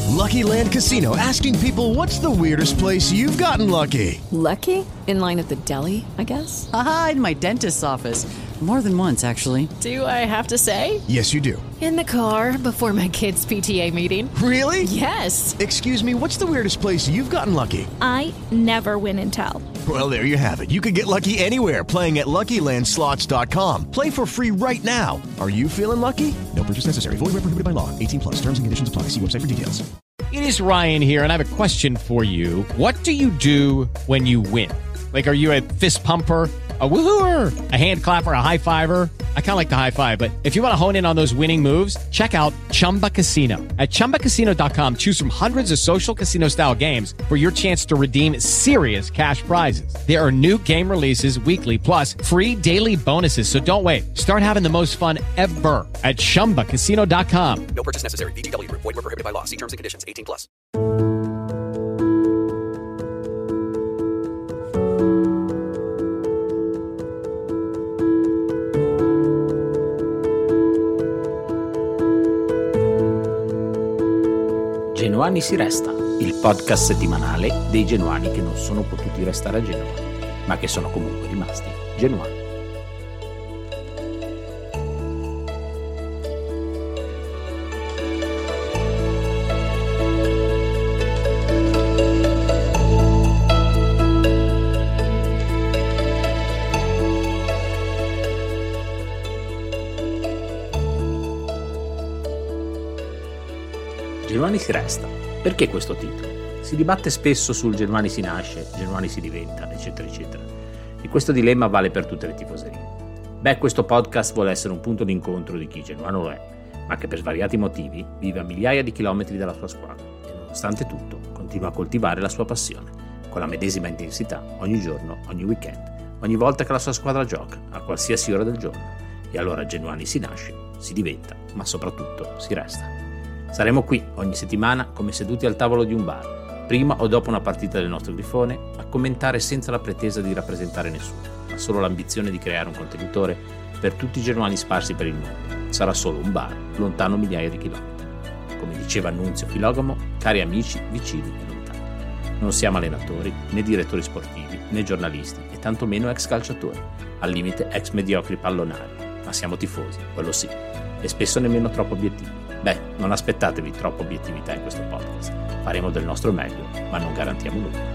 Lucky Land Casino, asking people, what's the weirdest place you've gotten lucky? Lucky? In line at the deli, I guess? Aha, in my dentist's office. More than once, actually. Do I have to say? Yes, you do. In the car before my kids' PTA meeting. Really? Yes. Excuse me, what's the weirdest place you've gotten lucky? I never win and tell. Well, there you have it. You can get lucky anywhere, playing at LuckyLandSlots.com. Play for free right now. Are you feeling lucky? No purchase necessary. Void where prohibited by law. 18 plus. Terms and conditions apply. See website for details. It is Ryan here, and I have a question for you. What do you do when you win? Like, are you a fist pumper, a woohooer, a hand clapper, a high fiver? I kind of like the high five, but if you want to hone in on those winning moves, check out Chumba Casino. At ChumbaCasino.com, choose from hundreds of social casino-style games for your chance to redeem serious cash prizes. There are new game releases weekly, plus free daily bonuses, so don't wait. Start having the most fun ever at ChumbaCasino.com. No purchase necessary. VGW Group. Void where prohibited by law. See terms and conditions. 18 plus. Genuani si resta, il podcast settimanale dei genuani che non sono potuti restare a Genova, ma che sono comunque rimasti genuani. Genuani si resta. Perché questo titolo? Si dibatte spesso sul Genuani si nasce, Genuani si diventa, eccetera, eccetera. E questo dilemma vale per tutte le tifoserie. Beh, questo podcast vuole essere un punto d'incontro di chi genuano lo è, ma che per svariati motivi vive a migliaia di chilometri dalla sua squadra e nonostante tutto continua a coltivare la sua passione, con la medesima intensità, ogni giorno, ogni weekend, ogni volta che la sua squadra gioca, a qualsiasi ora del giorno. E allora Genuani si nasce, si diventa, ma soprattutto si resta. Saremo qui ogni settimana come seduti al tavolo di un bar, prima o dopo una partita del nostro grifone, a commentare senza la pretesa di rappresentare nessuno, ma solo l'ambizione di creare un contenitore per tutti i genuani sparsi per il mondo. Sarà solo un bar, lontano migliaia di chilometri. Come diceva Annunzio Filogamo, cari amici, vicini e lontani. Non siamo allenatori, né direttori sportivi, né giornalisti, e tantomeno ex calciatori, al limite ex mediocri pallonari, ma siamo tifosi, quello sì, e spesso nemmeno troppo obiettivi. Beh, non aspettatevi troppa obiettività in questo podcast. Faremo del nostro meglio, ma non garantiamo nulla.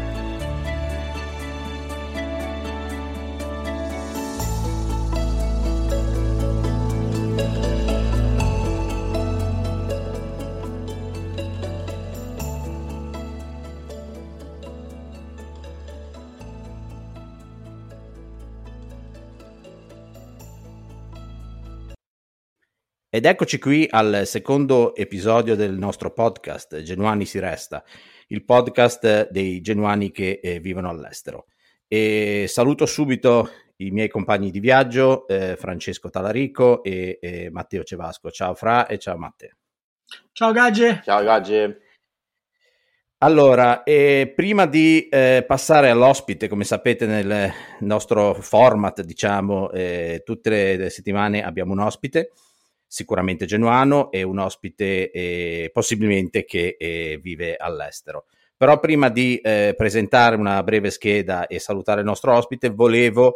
Ed eccoci qui al secondo episodio del nostro podcast, Genuani si resta, il podcast dei genuani che vivono all'estero. E saluto subito i miei compagni di viaggio, Francesco Talarico e Matteo Cevasco. Ciao Fra e ciao Matteo. Ciao Gagge. Ciao Gagge. Allora, prima di passare all'ospite, come sapete nel nostro format, diciamo, tutte le settimane abbiamo un ospite, sicuramente genuano, e un ospite possibilmente che vive all'estero. Però prima di presentare una breve scheda e salutare il nostro ospite, volevo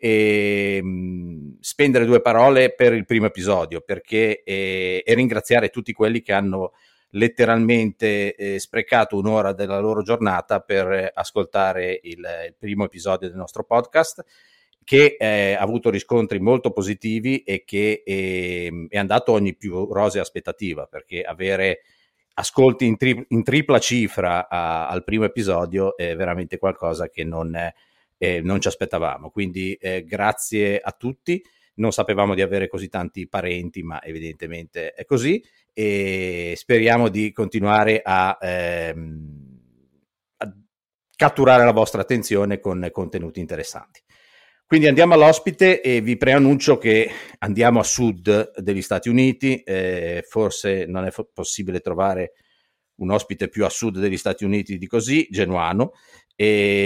spendere due parole per il primo episodio, perché e ringraziare tutti quelli che hanno letteralmente sprecato un'ora della loro giornata per ascoltare il primo episodio del nostro podcast, che ha avuto riscontri molto positivi e che è andato ogni più rosea aspettativa, perché avere ascolti in tripla cifra al primo episodio è veramente qualcosa che non ci aspettavamo. Quindi grazie a tutti. Non sapevamo di avere così tanti parenti, ma evidentemente è così, e speriamo di continuare a catturare la vostra attenzione con contenuti interessanti. Quindi andiamo all'ospite e vi preannuncio che andiamo a sud degli Stati Uniti, forse non è possibile trovare un ospite più a sud degli Stati Uniti di così, genuano,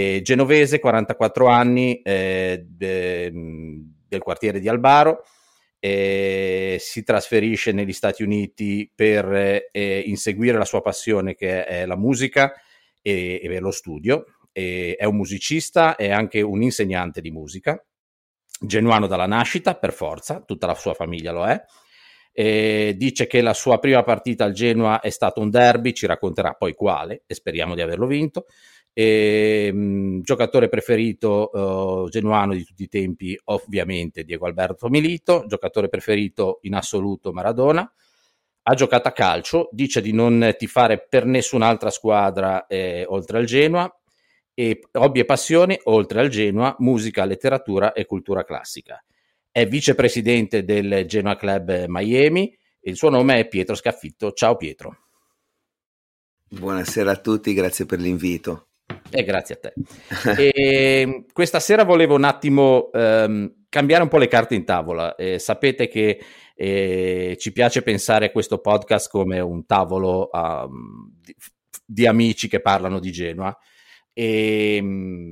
genovese, 44 anni, del quartiere di Albaro, si trasferisce negli Stati Uniti per inseguire la sua passione, che è la musica e lo studio. È un musicista, è anche un insegnante di musica, genuano dalla nascita, per forza, tutta la sua famiglia lo è. Dice che la sua prima partita al Genoa è stato un derby, ci racconterà poi quale, e speriamo di averlo vinto. Giocatore preferito genuano di tutti i tempi, ovviamente Diego Alberto Milito. Giocatore preferito in assoluto Maradona. Ha giocato a calcio, dice di non tifare per nessun'altra squadra oltre al Genoa, e hobby e passioni oltre al Genoa: musica, letteratura e cultura classica. È vicepresidente del Genoa Club Miami e il suo nome è Pietro Scaffitto. Ciao Pietro. Buonasera a tutti, grazie per l'invito. Grazie a te. E questa sera volevo un attimo cambiare un po' le carte in tavola. Sapete che ci piace pensare a questo podcast come un tavolo di amici che parlano di Genoa, e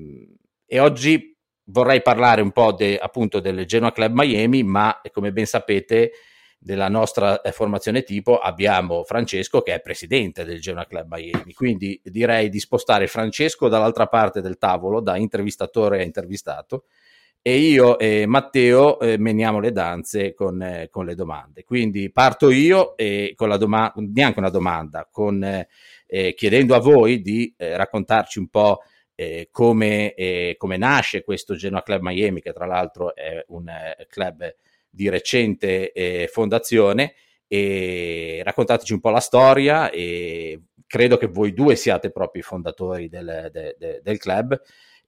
oggi vorrei parlare un po' appunto del Genoa Club Miami, ma come ben sapete della nostra formazione tipo abbiamo Francesco che è presidente del Genoa Club Miami, quindi direi di spostare Francesco dall'altra parte del tavolo, da intervistatore a intervistato, e io e Matteo meniamo le danze con le domande. Quindi parto io con la neanche una domanda, chiedendo a voi di raccontarci un po' come nasce questo Genoa Club Miami, che tra l'altro è un club di recente fondazione, e raccontateci un po' la storia. E credo che voi due siate proprio i fondatori del club,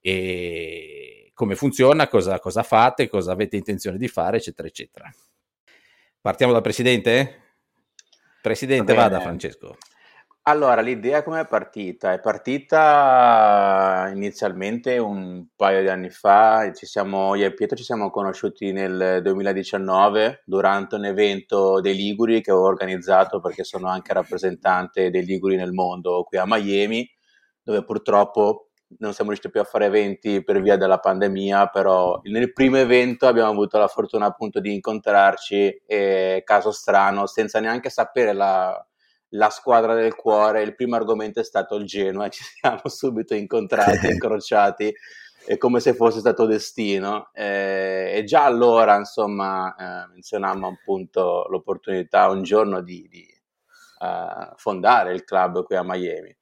e come funziona, cosa fate, cosa avete intenzione di fare, eccetera eccetera. Partiamo dal presidente? Presidente, vada Francesco. Allora, l'idea come è partita? È partita inizialmente un paio di anni fa. Io e Pietro ci siamo conosciuti nel 2019 durante un evento dei Liguri che ho organizzato, perché sono anche rappresentante dei Liguri nel mondo qui a Miami, dove purtroppo non siamo riusciti più a fare eventi per via della pandemia, però nel primo evento abbiamo avuto la fortuna appunto di incontrarci, e caso strano, senza neanche sapere la squadra del cuore, il primo argomento è stato il Genoa, ci siamo subito incontrati, incrociati, è come se fosse stato destino, e già allora insomma menzionammo appunto l'opportunità un giorno di fondare il club qui a Miami.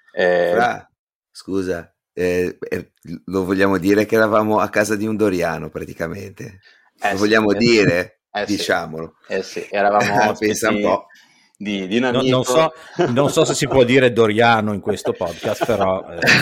Scusa, lo vogliamo dire che eravamo a casa di un doriano praticamente, lo vogliamo dire? Diciamolo. Sì, eravamo pensa un po'. Di dinamito. Non so se si può dire doriano in questo podcast, però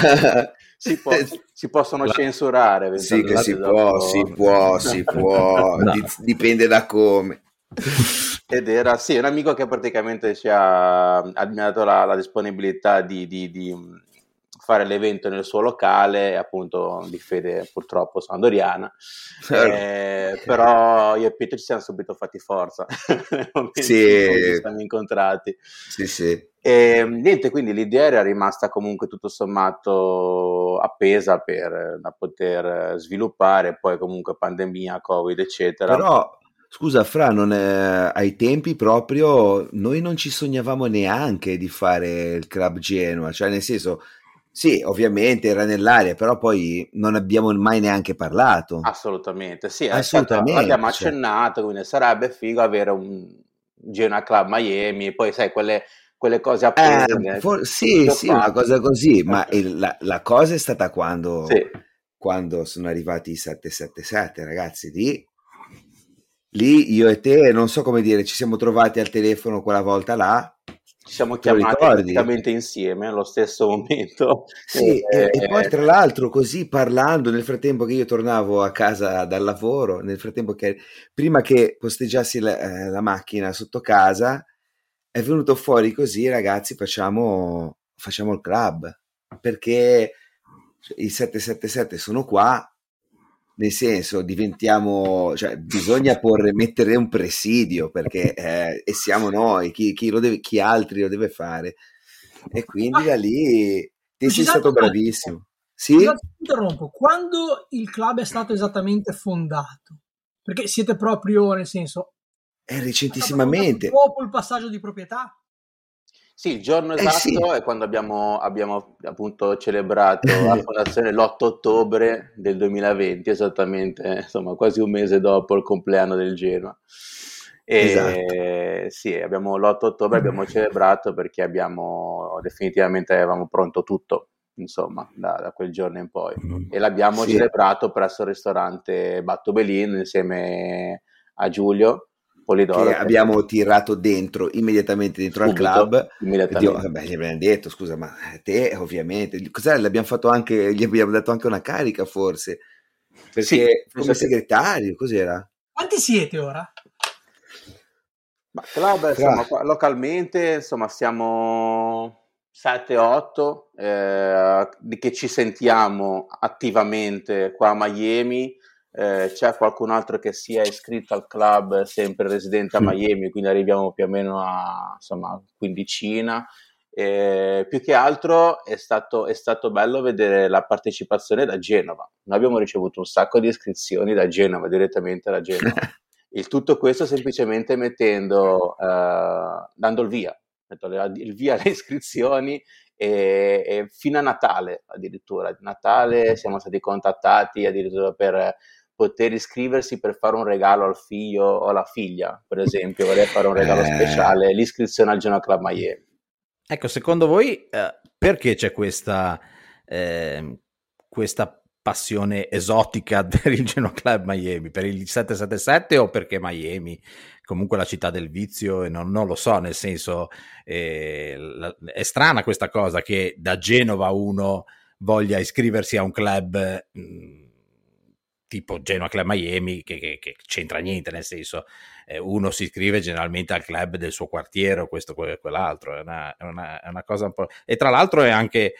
si possono censurare. Sì, che si può, no. Dipende da come. Ed era un amico che praticamente mi ha dato la disponibilità di fare l'evento nel suo locale, appunto di fede purtroppo sono doriana, però io e Pietro ci siamo subito fatti forza nel momento in cui ci siamo incontrati. Sì. E niente, quindi l'idea era rimasta comunque tutto sommato appesa da poter sviluppare, poi comunque pandemia, Covid eccetera. Però scusa Fra, ai tempi proprio noi non ci sognavamo neanche di fare il Club Genoa, cioè nel senso, sì, ovviamente era nell'aria, però poi non abbiamo mai neanche parlato. Assolutamente, sì, abbiamo accennato, quindi sarebbe figo avere un Genoa Club Miami, poi sai quelle cose appese. Sì, una cosa così, ma la cosa è stata quando sono arrivati i 777, ragazzi, lì io e te, non so come dire, ci siamo trovati al telefono quella volta là. Ci siamo chiamati praticamente insieme allo stesso momento. Sì, e poi tra l'altro così parlando, nel frattempo che io tornavo a casa dal lavoro, nel frattempo che prima che posteggiassi la macchina sotto casa, è venuto fuori così: ragazzi, facciamo il club, perché i 777 sono qua, nel senso diventiamo, cioè bisogna mettere un presidio, perché e siamo noi, chi altri lo deve fare, e quindi da lì te sei stato bravissimo. Sì? Ti interrompo, quando il club è stato esattamente fondato? Perché siete proprio, nel senso, È recentissimamente. Dopo il passaggio di proprietà? Sì, il giorno esatto Sì. è quando abbiamo appunto celebrato la fondazione l'8 ottobre del 2020, esattamente, insomma, quasi un mese dopo il compleanno del Genoa. Esatto. Sì, l'8 ottobre abbiamo celebrato perché definitivamente avevamo pronto tutto, insomma, da quel giorno in poi. E l'abbiamo celebrato presso il ristorante Batto Belin insieme a Giulio Polidoro, che abbiamo tirato dentro immediatamente dentro subito, al club. immediatamente. Vabbè, gli abbiamo detto, scusa, ma te ovviamente, cos'è? L'abbiamo fatto anche, gli abbiamo dato anche una carica forse, perché Sì, come segretario, cos'era? Quanti siete ora? Ma club, insomma, localmente, insomma, siamo 7-8 che ci sentiamo attivamente qua a Miami. C'è qualcun altro che sia iscritto al club, sempre residente a Miami, quindi arriviamo più o meno a, insomma, quindicina. Più che altro è stato bello vedere la partecipazione da Genova. Noi abbiamo ricevuto un sacco di iscrizioni da Genova, direttamente da Genova. Il tutto questo semplicemente dando il via alle iscrizioni e fino a Natale addirittura. A Natale siamo stati contattati addirittura per poter iscriversi per fare un regalo al figlio o alla figlia, per esempio, vorrei fare un regalo speciale, l'iscrizione al Genoa Club Miami. Ecco, secondo voi perché c'è questa passione esotica per il Genoa Club Miami? Per il 777 o perché Miami comunque la città del vizio? E non lo so, nel senso è strana questa cosa che da Genova uno voglia iscriversi a un club tipo Genoa Club Miami che c'entra niente, nel senso uno si iscrive generalmente al club del suo quartiere o questo o quell'altro, è una cosa un po'... E tra l'altro è anche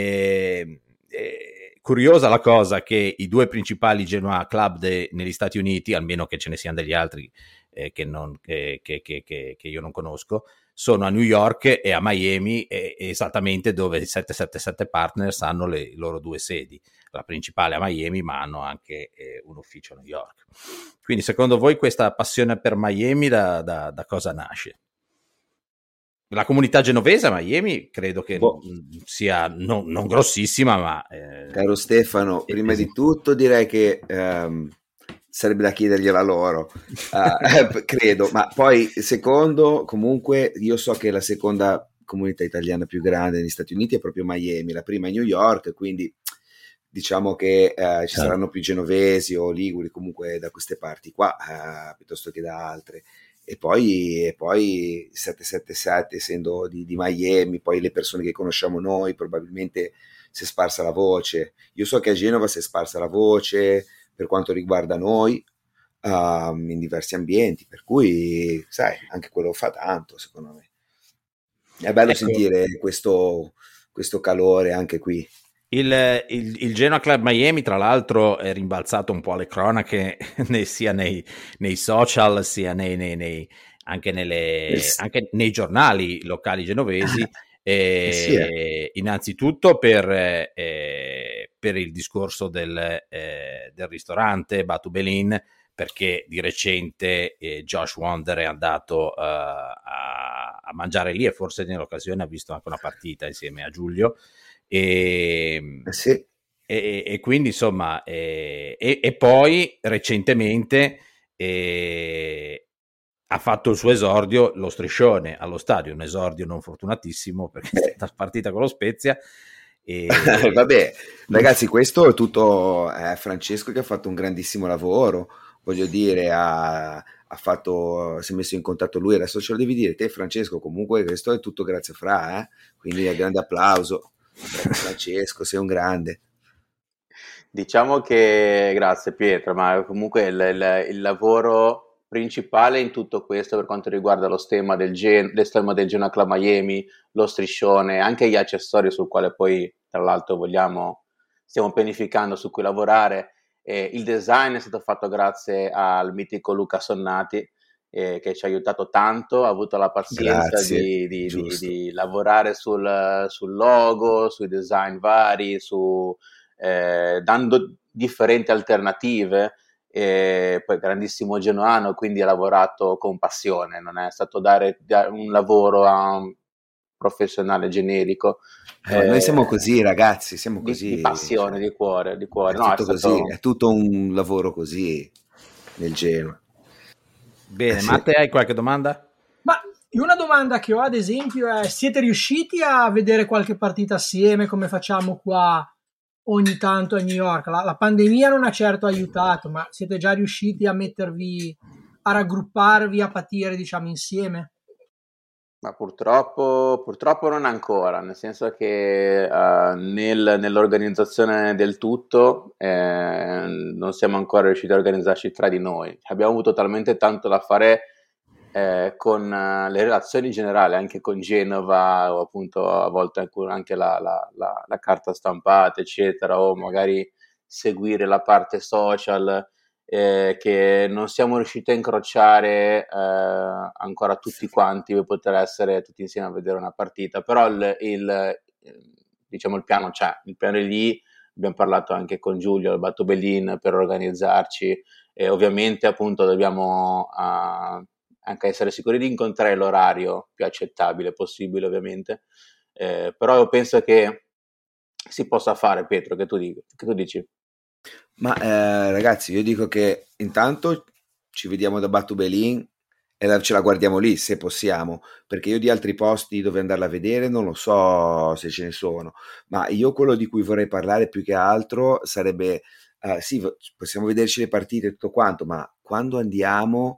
curiosa la cosa che i due principali Genoa Club negli Stati Uniti, almeno che ce ne siano degli altri che io non conosco, sono a New York e a Miami, esattamente dove i 777 Partners hanno le loro due sedi, la principale a Miami, ma hanno anche un ufficio a New York. Quindi secondo voi questa passione per Miami da cosa nasce? La comunità genovese a Miami credo che sia non grossissima, ma... Caro Stefano, prima di tutto direi che sarebbe da chiedergliela loro, credo, ma poi secondo, comunque io so che la seconda comunità italiana più grande negli Stati Uniti è proprio Miami, la prima è New York, quindi diciamo che ci saranno più genovesi o liguri comunque da queste parti qua, piuttosto che da altre. E poi 777 essendo di Miami, poi le persone che conosciamo noi, probabilmente si è sparsa la voce. Io so che a Genova si è sparsa la voce per quanto riguarda noi in diversi ambienti, per cui sai, anche quello fa tanto secondo me. È bello sentire questo calore anche qui. Il Genoa Club Miami tra l'altro è rimbalzato un po' alle cronache sia nei social sia anche nei giornali locali genovesi, innanzitutto per il discorso del ristorante Batto Belin, perché di recente Josh Wonder è andato a mangiare lì e forse nell'occasione ha visto anche una partita insieme a Giulio. E quindi insomma e poi recentemente ha fatto il suo esordio lo Striscione allo stadio, un esordio non fortunatissimo perché è stata partita con lo Spezia vabbè ragazzi, questo è tutto Francesco che ha fatto un grandissimo lavoro, voglio dire, si è messo in contatto lui, adesso ce lo devi dire te Francesco, comunque questo è tutto grazie a Fra, quindi un grande applauso. Francesco, sei un grande. Diciamo che grazie Pietro, ma comunque il lavoro principale in tutto questo per quanto riguarda lo stemma del Genoa Club Miami, lo striscione, anche gli accessori sul quale poi tra l'altro stiamo pianificando su cui lavorare, il design è stato fatto grazie al mitico Luca Sonnati, che ci ha aiutato tanto, ha avuto la pazienza di lavorare sul logo, sui design vari, dando differenti alternative, e poi grandissimo genuano, quindi ha lavorato con passione, non è stato dare un lavoro a un professionale generico. Noi siamo così, ragazzi, siamo così. Di passione, cioè, di cuore. È No, tutto così, è tutto un lavoro così nel Genoa. Bene, Matte, hai qualche domanda? Ma una domanda che ho, ad esempio, è: siete riusciti a vedere qualche partita assieme come facciamo qua ogni tanto a New York? La pandemia non ha certo aiutato, ma siete già riusciti a mettervi, a raggrupparvi, a patire, diciamo, insieme? Ma purtroppo non ancora, nel senso che nell'organizzazione del tutto non siamo ancora riusciti a organizzarci tra di noi. Abbiamo avuto talmente tanto da fare con le relazioni generali, anche con Genova, o appunto a volte anche la carta stampata, eccetera, o magari seguire la parte social, che non siamo riusciti a incrociare ancora tutti quanti per poter essere tutti insieme a vedere una partita, però diciamo il piano c'è, il piano è lì. Abbiamo parlato anche con Giulio al Batto Bellin per organizzarci, e ovviamente appunto dobbiamo anche essere sicuri di incontrare l'orario più accettabile possibile, ovviamente, però io penso che si possa fare. Pietro, che tu dici? Ma ragazzi, io dico che intanto ci vediamo da Batto Bellin e ce la guardiamo lì se possiamo, perché io di altri posti dove andarla a vedere non lo so se ce ne sono, ma io quello di cui vorrei parlare più che altro sarebbe sì, possiamo vederci le partite e tutto quanto, ma quando andiamo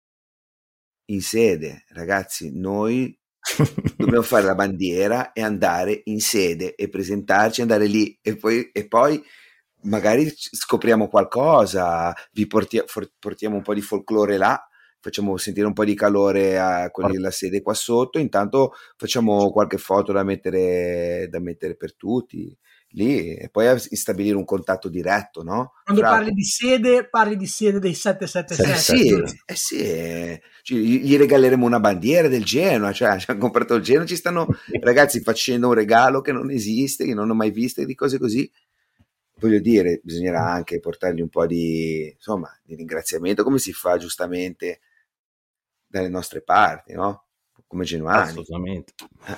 in sede, ragazzi, noi dobbiamo fare la bandiera e andare in sede e presentarci, andare lì e poi magari scopriamo qualcosa, vi portiamo un po' di folklore là, facciamo sentire un po' di calore a quelli della sede qua sotto, intanto facciamo qualche foto da mettere per tutti lì e poi stabilire un contatto diretto, no? Quando parli di sede dei 777. Sì, gli regaleremo una bandiera del Genoa, cioè ci hanno comprato il Genoa, ci stanno ragazzi facendo un regalo che non esiste, che non ho mai visto, di cose così. Voglio dire, bisognerà anche portargli un po' di ringraziamento, come si fa giustamente dalle nostre parti, no? Come genuani. Assolutamente.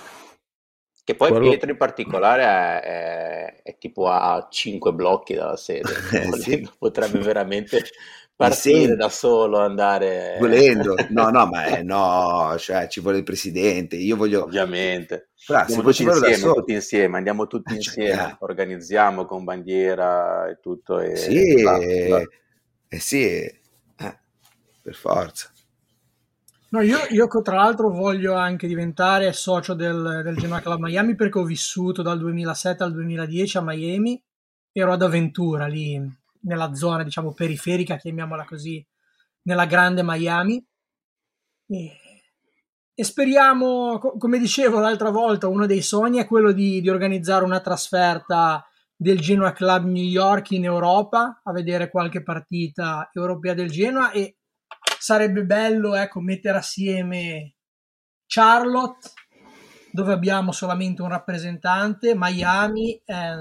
Che poi Pietro in particolare è tipo a 5 blocchi dalla sede, sì. Potrebbe veramente partire da solo, andare volendo, no, cioè ci vuole il presidente, io voglio ovviamente tutti insieme, andiamo tutti insieme, organizziamo con bandiera e tutto e per forza. No, io tra l'altro voglio anche diventare socio del Genoa Club Miami, perché ho vissuto dal 2007 al 2010 a Miami, ero ad Aventura lì nella zona, diciamo, periferica, chiamiamola così, nella grande Miami, e speriamo, come dicevo l'altra volta, uno dei sogni è quello di organizzare una trasferta del Genoa Club New York in Europa, a vedere qualche partita europea del Genoa, e sarebbe bello, ecco, mettere assieme Charlotte, dove abbiamo solamente un rappresentante, Miami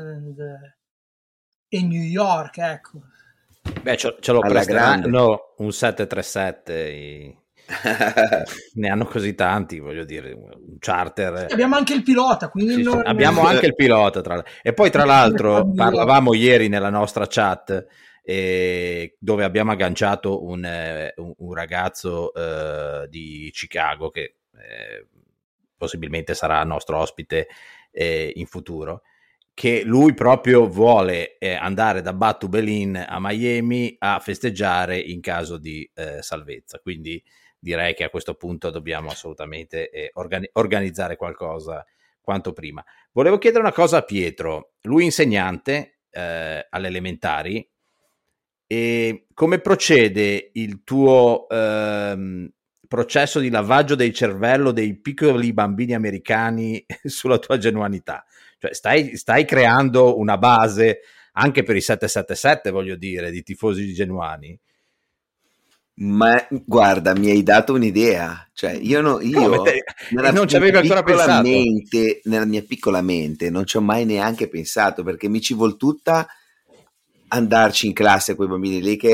e New York, ecco. Beh, ce lo presteranno un 737, ne hanno così tanti, voglio dire, un charter. Abbiamo anche il pilota, quindi sì, abbiamo anche il pilota, e poi tra l'altro parlavamo ieri nella nostra chat dove abbiamo agganciato un ragazzo di Chicago che possibilmente sarà nostro ospite in futuro, che lui proprio vuole andare da Batto Bellin a Miami a festeggiare in caso di salvezza, quindi direi che a questo punto dobbiamo assolutamente organizzare qualcosa quanto prima. Volevo chiedere una cosa a Pietro, lui insegnante alle elementari, e come procede il tuo processo di lavaggio del cervello dei piccoli bambini americani sulla tua genuanità? Cioè stai creando una base anche per i 777, voglio dire, di tifosi genuani? Ma guarda, mi hai dato un'idea, cioè io non ci avevi ancora pensato. Nella mia piccola mente non ci ho mai neanche pensato, perché mi ci vuol tutta andarci in classe con quei bambini lì che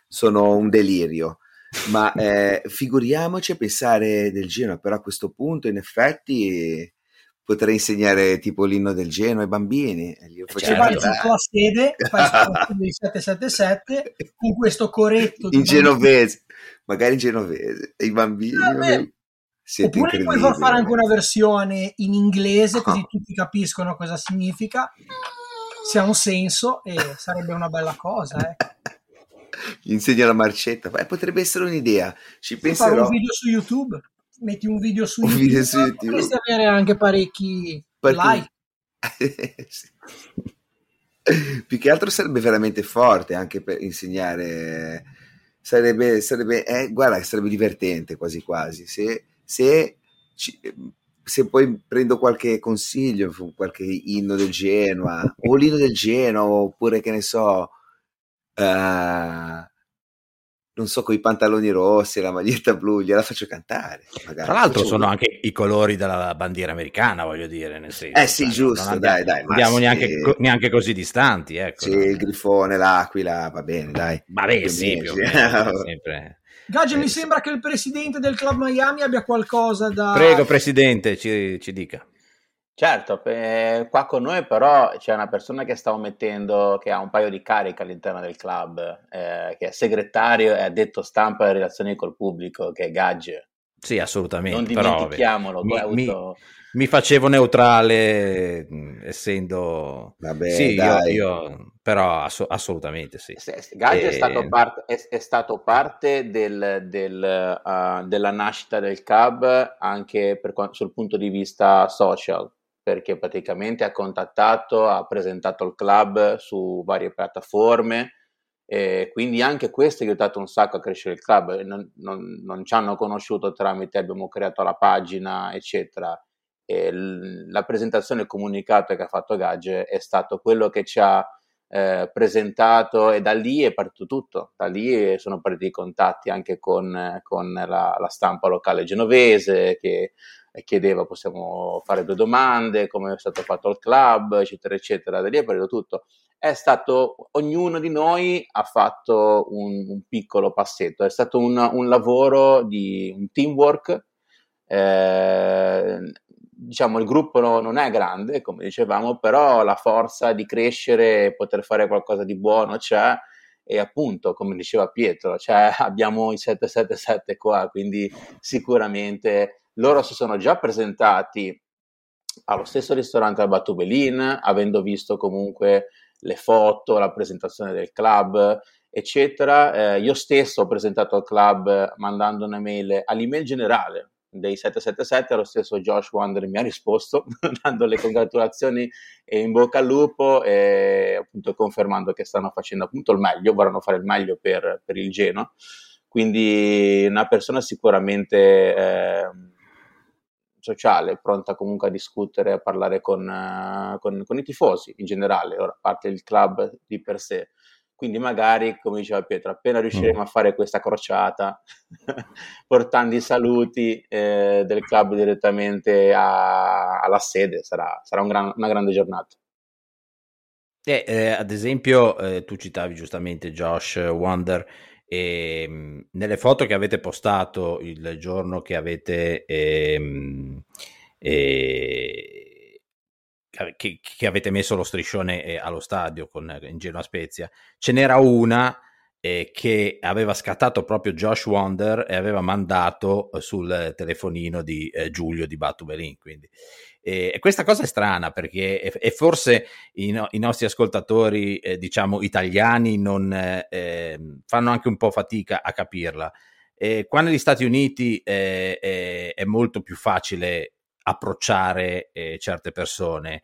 sono un delirio. Ma figuriamoci a pensare del Genoa, però a questo punto in effetti potrei insegnare tipo l'inno del Genoa ai bambini. E glielo Cioè, vai sotto la sede, fai sotto la sede di 777 con questo coretto in genovese, magari in genovese, e i bambini siete oppure puoi far fare anche una versione in inglese, così tutti capiscono cosa significa, se ha un senso, e sarebbe una bella cosa. Gli insegna la marcetta. Potrebbe essere un'idea, ci penserò. Fare un video su YouTube, metti un video su YouTube, potresti avere anche parecchi like. Sì. Più che altro sarebbe veramente forte anche per insegnare, guarda, sarebbe divertente quasi quasi se poi prendo qualche consiglio, qualche inno del Genoa o l'inno del Genoa, oppure che ne so, non so, con i pantaloni rossi e la maglietta blu, gliela faccio cantare. Magari. Tra l'altro sono anche i colori della bandiera americana, voglio dire, nel senso. Sì, giusto, dai. Non andiamo neanche così distanti, ecco. Sì, il grifone, l'aquila, va bene, dai. Vabbè, sì, più o meno, sempre. Gaggia, mi sembra che il presidente del Club Miami abbia qualcosa da... Prego, presidente, ci dica. Certo, qua con noi però c'è una persona che sta omettendo, che ha un paio di cariche all'interno del club, che è segretario e addetto stampa e relazioni col pubblico, che è Gagge. Sì, assolutamente. Non dimentichiamolo. Mi facevo neutrale, essendo... Vabbè, sì, dai. io però assolutamente sì. Gagge è stato parte della nascita del club anche sul punto di vista social, perché praticamente ha contattato, ha presentato il club su varie piattaforme, quindi anche questo ha aiutato un sacco a crescere il club. Non ci hanno conosciuto tramite, abbiamo creato la pagina, eccetera. E la presentazione e il comunicato che ha fatto Gagge è stato quello che ci ha presentato, e da lì è partito tutto. Da lì sono partiti i contatti anche con la stampa locale genovese, che chiedeva: possiamo fare 2 domande, come è stato fatto il club, eccetera eccetera. Da lì è partito tutto. È stato, ognuno di noi ha fatto un piccolo passetto, è stato un lavoro di un teamwork. Diciamo, il gruppo non è grande, come dicevamo, però la forza di crescere e poter fare qualcosa di buono c'è, e appunto, come diceva Pietro, abbiamo i 777 qua, quindi sicuramente loro si sono già presentati allo stesso ristorante al Batubelin, avendo visto comunque le foto, la presentazione del club, eccetera. Io stesso ho presentato al club mandando un'email all'email generale dei 777, lo stesso Josh Wander mi ha risposto dando le congratulazioni e in bocca al lupo, e appunto confermando che stanno facendo appunto il meglio, vorranno fare il meglio per il Genoa. Quindi una persona sicuramente sociale, pronta comunque a discutere, a parlare con i tifosi in generale, ora, a parte il club di per sé. Quindi magari, come diceva Pietro, appena riusciremo a fare questa crociata portando i saluti del club direttamente alla sede, sarà una grande giornata. Ad esempio, tu citavi giustamente Josh Wander, nelle foto che avete postato il giorno che avete che avete messo lo striscione allo stadio in Genoa Spezia, ce n'era una che aveva scattato proprio Josh Wander e aveva mandato sul telefonino di Giulio di Batubelin, quindi questa cosa è strana, perché e forse i nostri ascoltatori diciamo italiani non fanno anche un po' fatica a capirla. Qua negli Stati Uniti è molto più facile approcciare certe persone.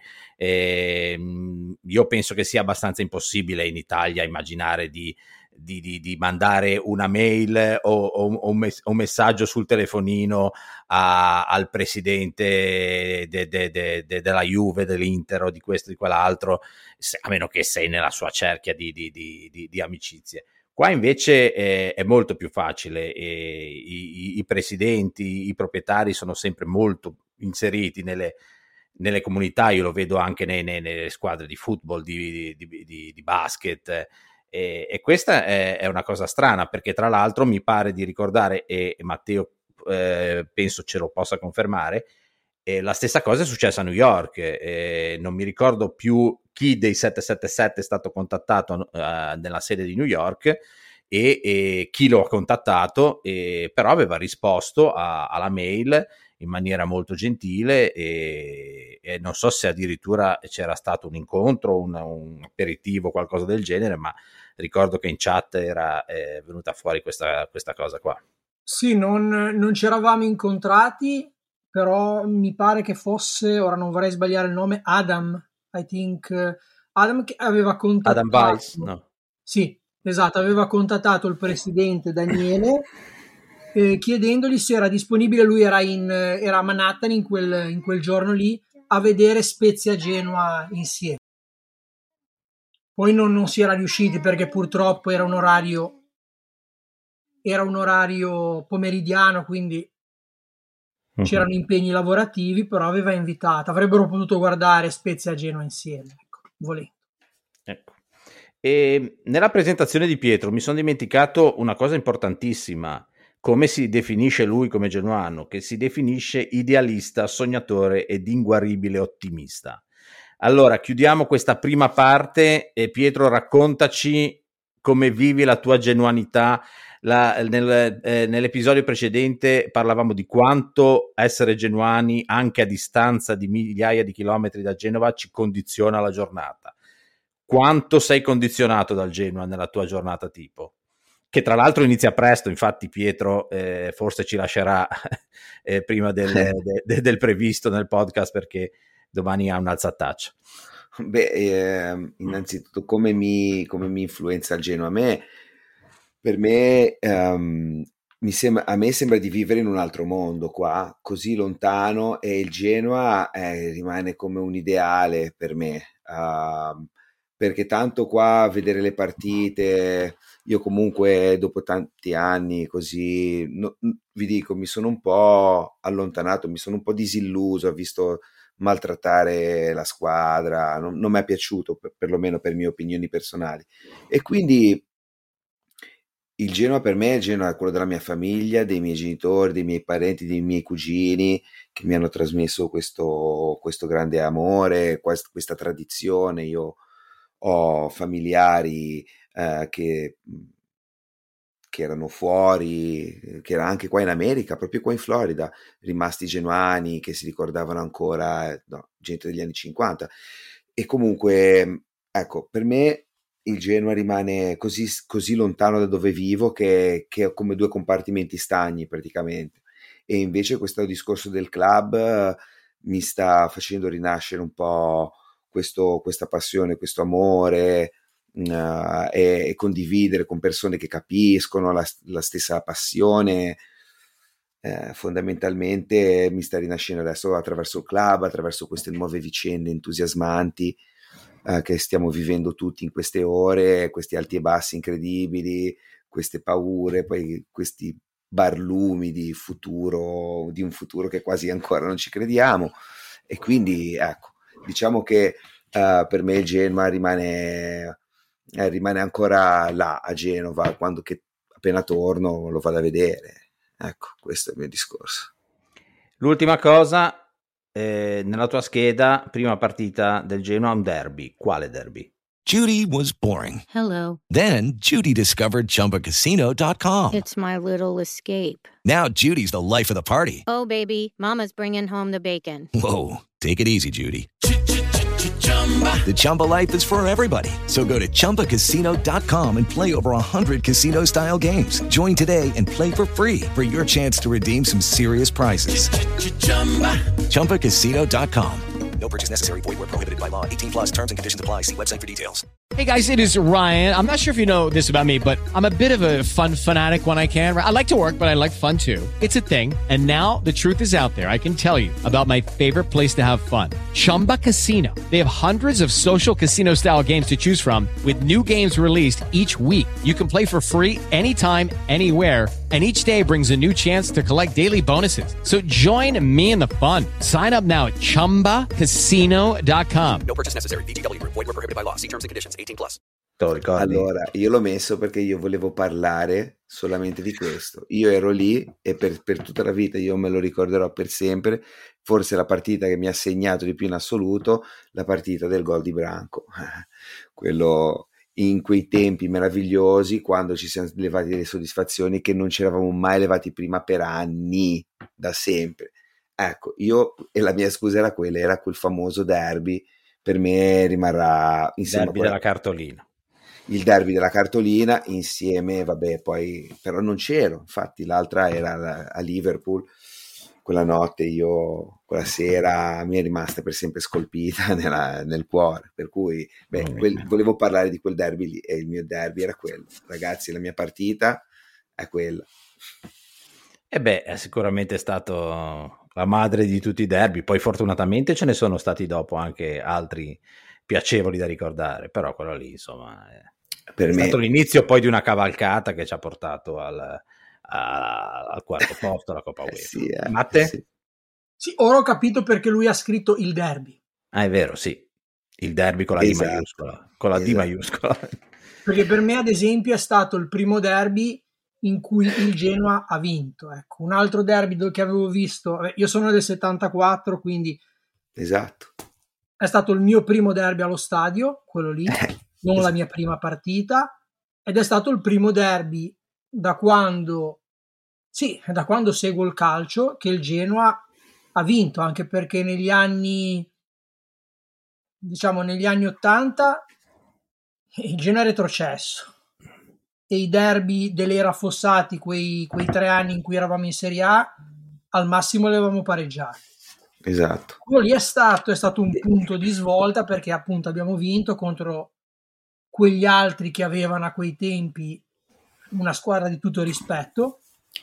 Io penso che sia abbastanza impossibile in Italia immaginare di mandare una mail o un messaggio sul telefonino al presidente della Juve, dell'Inter o di questo, di quell'altro, a meno che sei nella sua cerchia di amicizie. Qua invece è molto più facile, i presidenti, i proprietari sono sempre molto inseriti nelle comunità. Io lo vedo anche nelle squadre di football, di basket, E questa è una cosa strana, perché tra l'altro mi pare di ricordare, e Matteo penso ce lo possa confermare, la stessa cosa è successa a New York. Non mi ricordo più chi dei 777 è stato contattato nella sede di New York e chi lo ha contattato, però aveva risposto alla mail in maniera molto gentile e non so se addirittura c'era stato un incontro, un aperitivo, qualcosa del genere, ma ricordo che in chat era venuta fuori questa cosa qua. Sì, non ci eravamo incontrati, però mi pare che fosse, ora non vorrei sbagliare il nome, Adam che aveva contattato... Adam Weiss, no? Sì, esatto, aveva contattato il presidente Daniele chiedendogli se era disponibile. Lui era a Manhattan in quel giorno lì a vedere Spezia-Genoa insieme. Poi non si era riusciti perché purtroppo era un orario pomeridiano, quindi c'erano impegni lavorativi, però aveva invitato. Avrebbero potuto guardare Spezia-Genoa insieme, ecco, volendo. Ecco. E nella presentazione di Pietro mi sono dimenticato una cosa importantissima: come si definisce lui come genuano, che si definisce idealista, sognatore ed inguaribile ottimista. Allora, chiudiamo questa prima parte e Pietro, raccontaci come vivi la tua genuanità. Nell'episodio precedente parlavamo di quanto essere genuani anche a distanza di migliaia di chilometri da Genova ci condiziona la giornata. Quanto sei condizionato dal Genoa nella tua giornata tipo? Che tra l'altro inizia presto, infatti Pietro forse ci lascerà prima del previsto nel podcast, perché domani ha un alzataccia. Innanzitutto come mi influenza il Genoa? Per me, a me sembra di vivere in un altro mondo qua, così lontano, e il Genoa rimane come un ideale per me, perché tanto qua vedere le partite, io comunque dopo tanti anni così, vi dico, mi sono un po' allontanato, mi sono un po' disilluso, ho visto maltrattare la squadra, non mi è piaciuto, perlomeno per mie opinioni personali, e quindi il Genoa per me, il Genoa è quello della mia famiglia, dei miei genitori, dei miei parenti, dei miei cugini che mi hanno trasmesso questo grande amore, questa tradizione. Io ho familiari che erano fuori, che era anche qua in America, proprio qua in Florida, rimasti genuani che si ricordavano ancora, gente degli anni 50. E comunque, ecco, per me il Genoa rimane così lontano da dove vivo che è come due compartimenti stagni praticamente. E invece questo discorso del club mi sta facendo rinascere un po' questa passione, questo amore, e condividere con persone che capiscono la stessa passione. Fondamentalmente mi sta rinascendo adesso attraverso il club, attraverso queste nuove vicende entusiasmanti che stiamo vivendo tutti in queste ore, questi alti e bassi incredibili, queste paure, poi questi barlumi di un futuro che quasi ancora non ci crediamo. E quindi ecco, diciamo che per me il Genoa rimane ancora là a Genova, quando appena torno lo vado a vedere. Ecco, questo è il mio discorso. L'ultima cosa, nella tua scheda, prima partita del Genoa, un derby. Quale derby? Judy was boring. Hello. Then Judy discovered ChumbaCasino.com. It's my little escape. Now Judy's the life of the party. Oh, baby, mama's bringing home the bacon. Whoa, take it easy, Judy. The Chumba life is for everybody. So go to ChumbaCasino.com and play over 100 casino-style games. Join today and play for free for your chance to redeem some serious prizes. ChumbaCasino.com. No purchase necessary. Void where prohibited by law. 18 plus terms and conditions apply. See website for details. Hey guys, it is Ryan. I'm not sure if you know this about me, but I'm a bit of a fun fanatic when I can. I like to work, but I like fun too. It's a thing. And now the truth is out there. I can tell you about my favorite place to have fun. Chumba Casino. They have hundreds of social casino style games to choose from with new games released each week. You can play for free anytime, anywhere. And each day brings a new chance to collect daily bonuses. So join me in the fun. Sign up now at ChumbaCasino.com. No purchase necessary. VGW. Void where prohibited by law. See terms and conditions. 18 plus. Te lo ricordi? Allora, io l'ho messo perché io volevo parlare solamente di questo. Io ero lì e per tutta la vita io me lo ricorderò per sempre. Forse la partita che mi ha segnato di più in assoluto, la partita del gol di Branco. Quello in quei tempi meravigliosi, quando ci siamo levati delle soddisfazioni che non ci eravamo mai levati prima per anni, da sempre. Ecco, e la mia scusa era quella, era quel famoso derby. Per me rimarrà insieme derby della cartolina. Il derby della cartolina insieme, vabbè, poi però non c'ero, infatti l'altra era a Liverpool, quella notte quella sera mi è rimasta per sempre scolpita nel cuore, per cui volevo parlare di quel derby lì e il mio derby era quello, ragazzi, la mia partita è quella. È sicuramente stato la madre di tutti i derby, poi fortunatamente ce ne sono stati dopo anche altri piacevoli da ricordare, però quello lì insomma è stato l'inizio poi di una cavalcata che ci ha portato al quarto posto alla Coppa UEFA. Matte? Sì, ora ho capito perché lui ha scritto il derby. Ah, è vero, sì, il derby con la D maiuscola, D maiuscola. Perché per me ad esempio è stato il primo derby in cui il Genoa ha vinto. Ecco, un altro derby che avevo visto, io sono del 74, quindi esatto, è stato il mio primo derby allo stadio, quello lì, non la mia prima partita, ed è stato il primo derby da quando seguo il calcio che il Genoa ha vinto, anche perché negli anni 80 il Genoa è retrocesso e i derby dell'era Fossati, quei 3 anni in cui eravamo in Serie A, al massimo li avevamo pareggiati. Esatto. Quello lì è stato un punto di svolta, perché appunto abbiamo vinto contro quegli altri che avevano a quei tempi una squadra di tutto rispetto.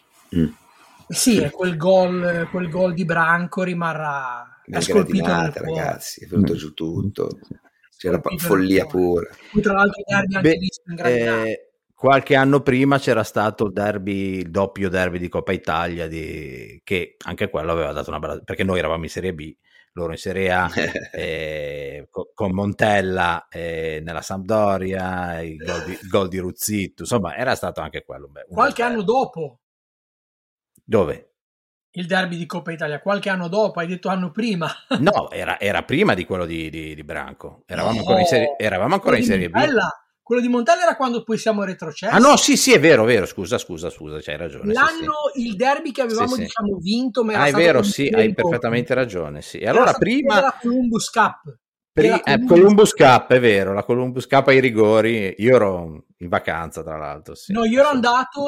Sì, e quel gol di Branco rimarrà scolpito nel cuore. Ragazzi, è venuto giù tutto, c'era follia pura. Poi tra l'altro i derby anche visto in gradinata. Qualche anno prima c'era stato il doppio derby di Coppa Italia, che anche quello aveva dato una bella, perché noi eravamo in Serie B, loro in Serie A, con Montella nella Sampdoria, il gol di Ruzzitto, insomma era stato anche quello. Qualche anno dopo. Dove? Il derby di Coppa Italia, qualche anno dopo, hai detto anno prima. No, era prima di quello di Branco, eravamo ancora in Serie B. Quello di Montella era quando poi siamo retrocessi. Ah no, sì, è vero, scusa, c'hai ragione. Il derby che avevamo vinto, ma era è vero, sì, hai perfettamente ragione, sì. E allora prima la Columbus Cup. Columbus Cup, è vero, la Columbus Cup ai rigori, io ero in vacanza tra l'altro. Sì. No, io ero andato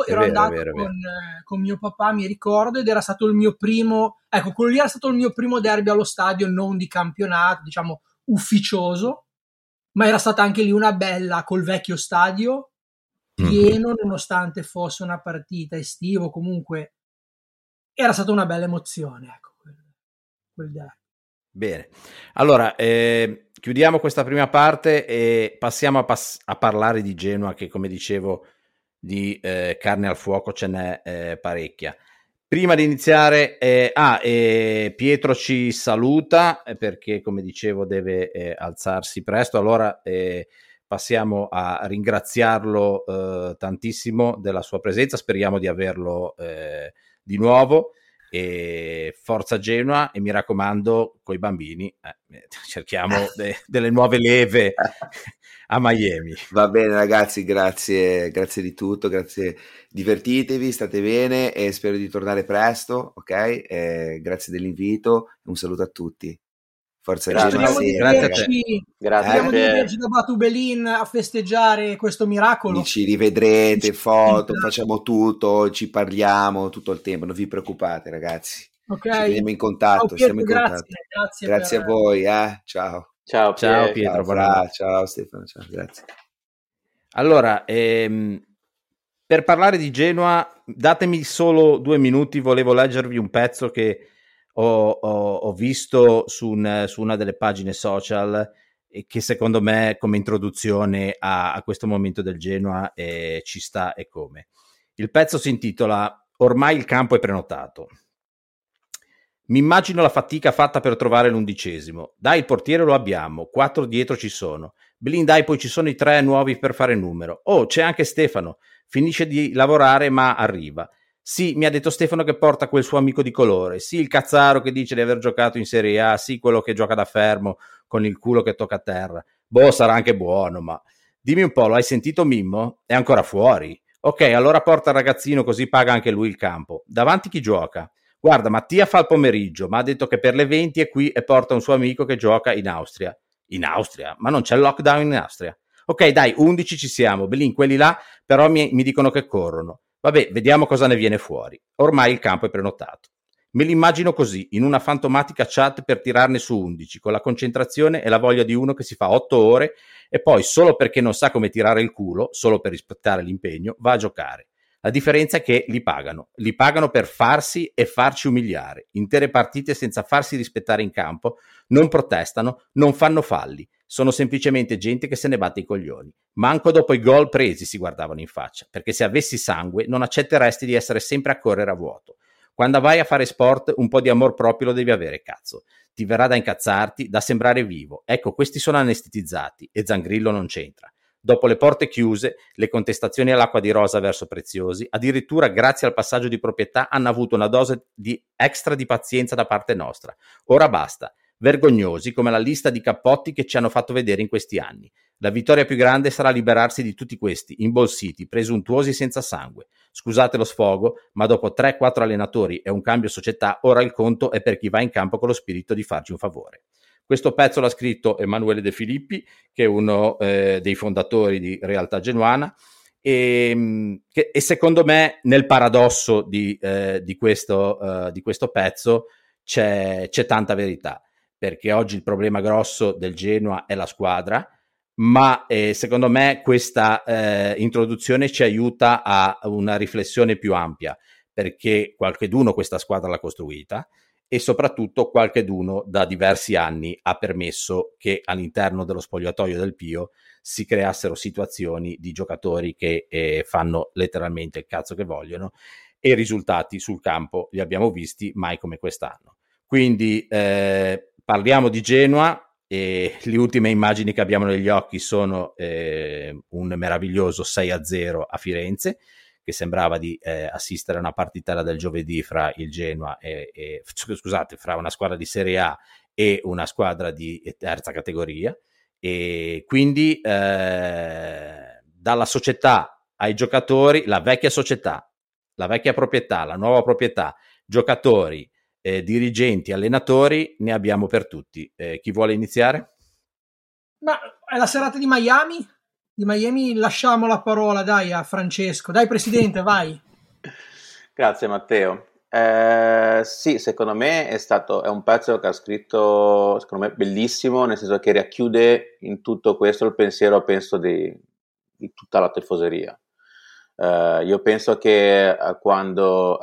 con mio papà, mi ricordo, ed era stato il mio primo, quello lì era stato il mio primo derby allo stadio, non di campionato, diciamo ufficioso, ma era stata anche lì una bella, col vecchio stadio pieno, nonostante fosse una partita estivo, comunque era stata una bella emozione, ecco, quel derby. Bene, allora chiudiamo questa prima parte e passiamo a parlare di Genoa, che come dicevo di carne al fuoco ce n'è parecchia. Prima di iniziare, Pietro ci saluta perché come dicevo deve alzarsi presto, allora passiamo a ringraziarlo tantissimo della sua presenza, speriamo di averlo di nuovo. E forza Genoa, e mi raccomando coi bambini cerchiamo delle nuove leve a Miami. Va bene ragazzi, grazie di tutto, grazie, divertitevi, state bene e spero di tornare presto, ok? Grazie dell'invito e un saluto a tutti. Forza Genoa. Grazie a te. Speriamo di vederci da Batubelin a festeggiare questo miracolo. Ci rivedrete, foto, facciamo tutto, ci parliamo tutto il tempo, non vi preoccupate ragazzi. Ok. Ci vediamo in contatto. Pietro, siamo in contatto. Grazie a voi. Ciao. Ciao Pietro. Ciao Stefano. Ciao, grazie. Allora, per parlare di Genoa, datemi solo 2 minuti, volevo leggervi un pezzo che ho visto su una delle pagine social e che secondo me come introduzione a questo momento del Genoa ci sta e come. Il pezzo si intitola "Ormai il campo è prenotato". Mi immagino la fatica fatta per trovare l'11°. Dai, il portiere lo abbiamo, 4 dietro ci sono. Blin, dai, poi ci sono i 3 nuovi per fare numero. Oh, c'è anche Stefano, finisce di lavorare ma arriva. Sì, mi ha detto Stefano che porta quel suo amico di colore. Sì, il cazzaro che dice di aver giocato in Serie A. Sì, quello che gioca da fermo con il culo che tocca a terra. Boh, sarà anche buono, ma... Dimmi un po', lo hai sentito Mimmo? È ancora fuori? Ok, allora porta il ragazzino così paga anche lui il campo. Davanti chi gioca? Guarda, Mattia fa il pomeriggio, ma ha detto che per le 20 è qui e porta un suo amico che gioca in Austria. In Austria? Ma non c'è il lockdown in Austria. Ok, dai, 11 ci siamo. Belin, quelli là però mi dicono che corrono. Vabbè, vediamo cosa ne viene fuori. Ormai il campo è prenotato. Me l'immagino così, in una fantomatica chat per tirarne su 11, con la concentrazione e la voglia di uno che si fa 8 ore e poi, solo perché non sa come tirare il culo, solo per rispettare l'impegno, va a giocare. La differenza è che li pagano per farsi e farci umiliare. Intere partite senza farsi rispettare in campo, non protestano, non fanno falli. Sono semplicemente gente che se ne batte i coglioni. Manco dopo i gol presi si guardavano in faccia, perché se avessi sangue non accetteresti di essere sempre a correre a vuoto. Quando vai a fare sport un po' di amor proprio lo devi avere, cazzo. Ti verrà da incazzarti, da sembrare vivo. Ecco, questi sono anestetizzati e Zangrillo non c'entra. Dopo le porte chiuse, le contestazioni all'acqua di rosa verso Preziosi, addirittura grazie al passaggio di proprietà hanno avuto una dose di extra di pazienza da parte nostra. Ora basta. Vergognosi come la lista di cappotti che ci hanno fatto vedere in questi anni. La vittoria più grande sarà liberarsi di tutti questi, imbolsiti, presuntuosi senza sangue. Scusate lo sfogo, ma dopo 3-4 allenatori e un cambio società, ora il conto è per chi va in campo con lo spirito di farci un favore. Questo pezzo l'ha scritto Emanuele De Filippi, che è uno dei fondatori di Realtà Genuana, e secondo me nel paradosso di questo pezzo c'è tanta verità, perché oggi il problema grosso del Genoa è la squadra, ma secondo me questa introduzione ci aiuta a una riflessione più ampia, perché qualcheduno questa squadra l'ha costruita e soprattutto qualcheduno da diversi anni ha permesso che all'interno dello spogliatoio del Pio si creassero situazioni di giocatori che fanno letteralmente il cazzo che vogliono, e i risultati sul campo li abbiamo visti mai come quest'anno. Quindi parliamo di Genoa. E le ultime immagini che abbiamo negli occhi sono un meraviglioso 6-0 a Firenze, che sembrava di assistere a una partitella del giovedì fra il Genoa fra una squadra di Serie A e una squadra di terza categoria, e quindi dalla società ai giocatori, la vecchia società, la vecchia proprietà, la nuova proprietà, giocatori, dirigenti, allenatori, ne abbiamo per tutti. Chi vuole iniziare? Ma è la serata di Miami? Di Miami lasciamo la parola, dai, a Francesco. Dai, presidente, vai. Grazie Matteo. Sì, secondo me è un pezzo che ha scritto, secondo me, bellissimo, nel senso che racchiude in tutto questo il pensiero, penso, di tutta la tifoseria. Io penso che quando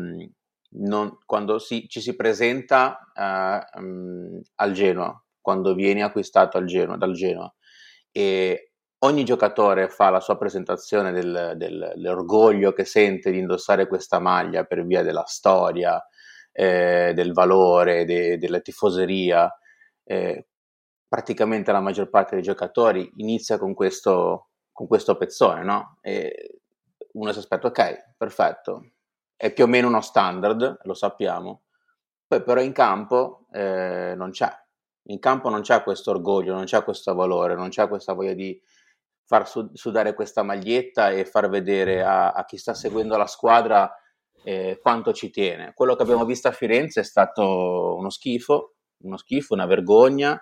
ci si presenta al Genoa, quando vieni acquistato dal Genoa, e ogni giocatore fa la sua presentazione dell'orgoglio che sente di indossare questa maglia per via della storia, del valore, della tifoseria, praticamente la maggior parte dei giocatori inizia con questo pezzone, no? E uno si aspetta, ok, perfetto, è più o meno uno standard, lo sappiamo, poi però in campo non c'è. In campo non c'è questo orgoglio, non c'è questo valore, non c'è questa voglia di far sudare questa maglietta e far vedere a chi sta seguendo la squadra quanto ci tiene. Quello che abbiamo visto a Firenze è stato uno schifo, una vergogna,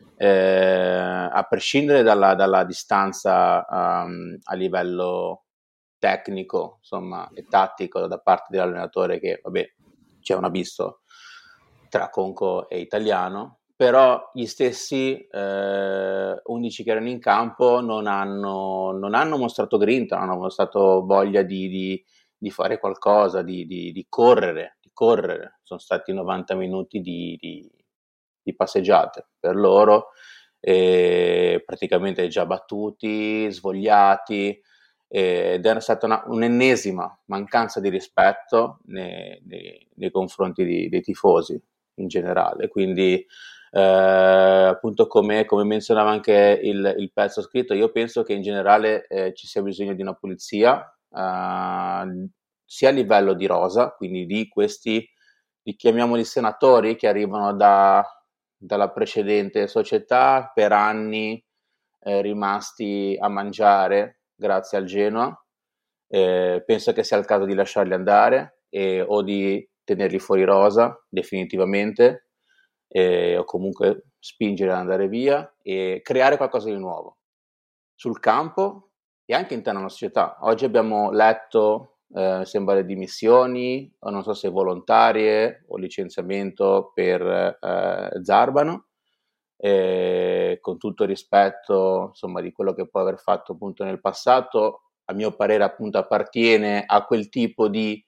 a prescindere dalla distanza a livello tecnico, insomma, e tattico da parte dell'allenatore, che vabbè, c'è un abisso tra Conco e Italiano, però gli stessi 11 che erano in campo non hanno mostrato grinta, non hanno mostrato voglia di fare qualcosa, di correre. Sono stati 90 minuti di passeggiate per loro, praticamente già battuti, svogliati, ed è stata un'ennesima mancanza di rispetto nei confronti dei tifosi in generale. Quindi Appunto come menzionava anche il pezzo scritto, io penso che in generale ci sia bisogno di una pulizia sia a livello di rosa, quindi di questi, li chiamiamoli senatori, che arrivano dalla precedente società, per anni rimasti a mangiare grazie al Genoa. Penso che sia il caso di lasciarli andare o di tenerli fuori rosa definitivamente, o comunque spingere ad andare via e creare qualcosa di nuovo sul campo e anche interno alla società. Oggi abbiamo letto sembra le dimissioni, o non so se volontarie o licenziamento per Zarbano, con tutto il rispetto, insomma, di quello che può aver fatto appunto nel passato. A mio parere appunto appartiene a quel tipo di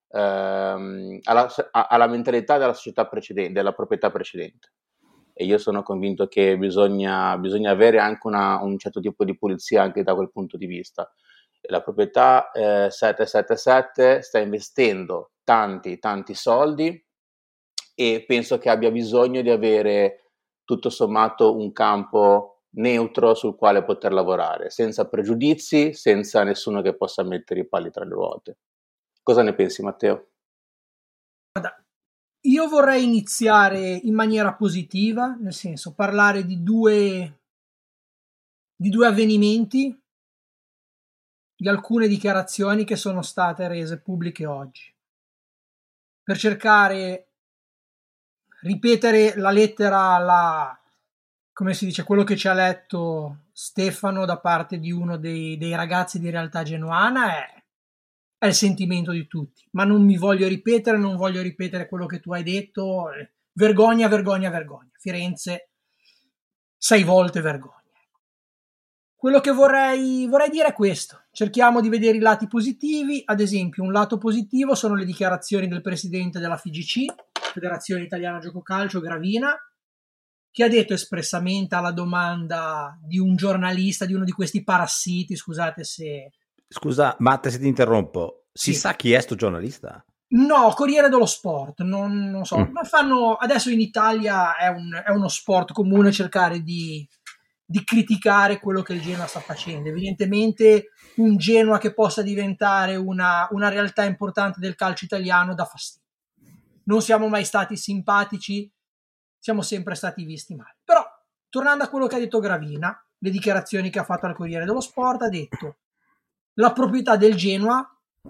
alla mentalità della società precedente, della proprietà precedente, e io sono convinto che bisogna avere anche un certo tipo di pulizia anche da quel punto di vista. La proprietà 777 sta investendo tanti soldi e penso che abbia bisogno di avere tutto sommato un campo neutro sul quale poter lavorare, senza pregiudizi, senza nessuno che possa mettere i pali tra le ruote. Cosa ne pensi, Matteo? Guarda, io vorrei iniziare in maniera positiva, nel senso parlare di due avvenimenti, di alcune dichiarazioni che sono state rese pubbliche oggi, per cercare ripetere la lettera come si dice, quello che ci ha letto Stefano da parte di uno dei ragazzi di Realtà Genoana è il sentimento di tutti, ma non voglio ripetere quello che tu hai detto. Vergogna, vergogna, vergogna. Firenze 6 volte vergogna. Quello che vorrei dire è questo: cerchiamo di vedere i lati positivi. Ad esempio, un lato positivo sono le dichiarazioni del presidente della FIGC, Federazione Italiana Gioco Calcio, Gravina, che ha detto espressamente alla domanda di un giornalista, di uno di questi parassiti, scusate se... Scusa, Matte, se ti interrompo, si sa chi è sto giornalista? No, Corriere dello Sport, non so. Ma adesso in Italia è uno sport comune cercare di criticare quello che il Genoa sta facendo. Evidentemente un Genoa che possa diventare una realtà importante del calcio italiano dà fastidio. Non siamo mai stati simpatici, siamo sempre stati visti male. Però, tornando a quello che ha detto Gravina, le dichiarazioni che ha fatto al Corriere dello Sport, ha detto: la proprietà del Genoa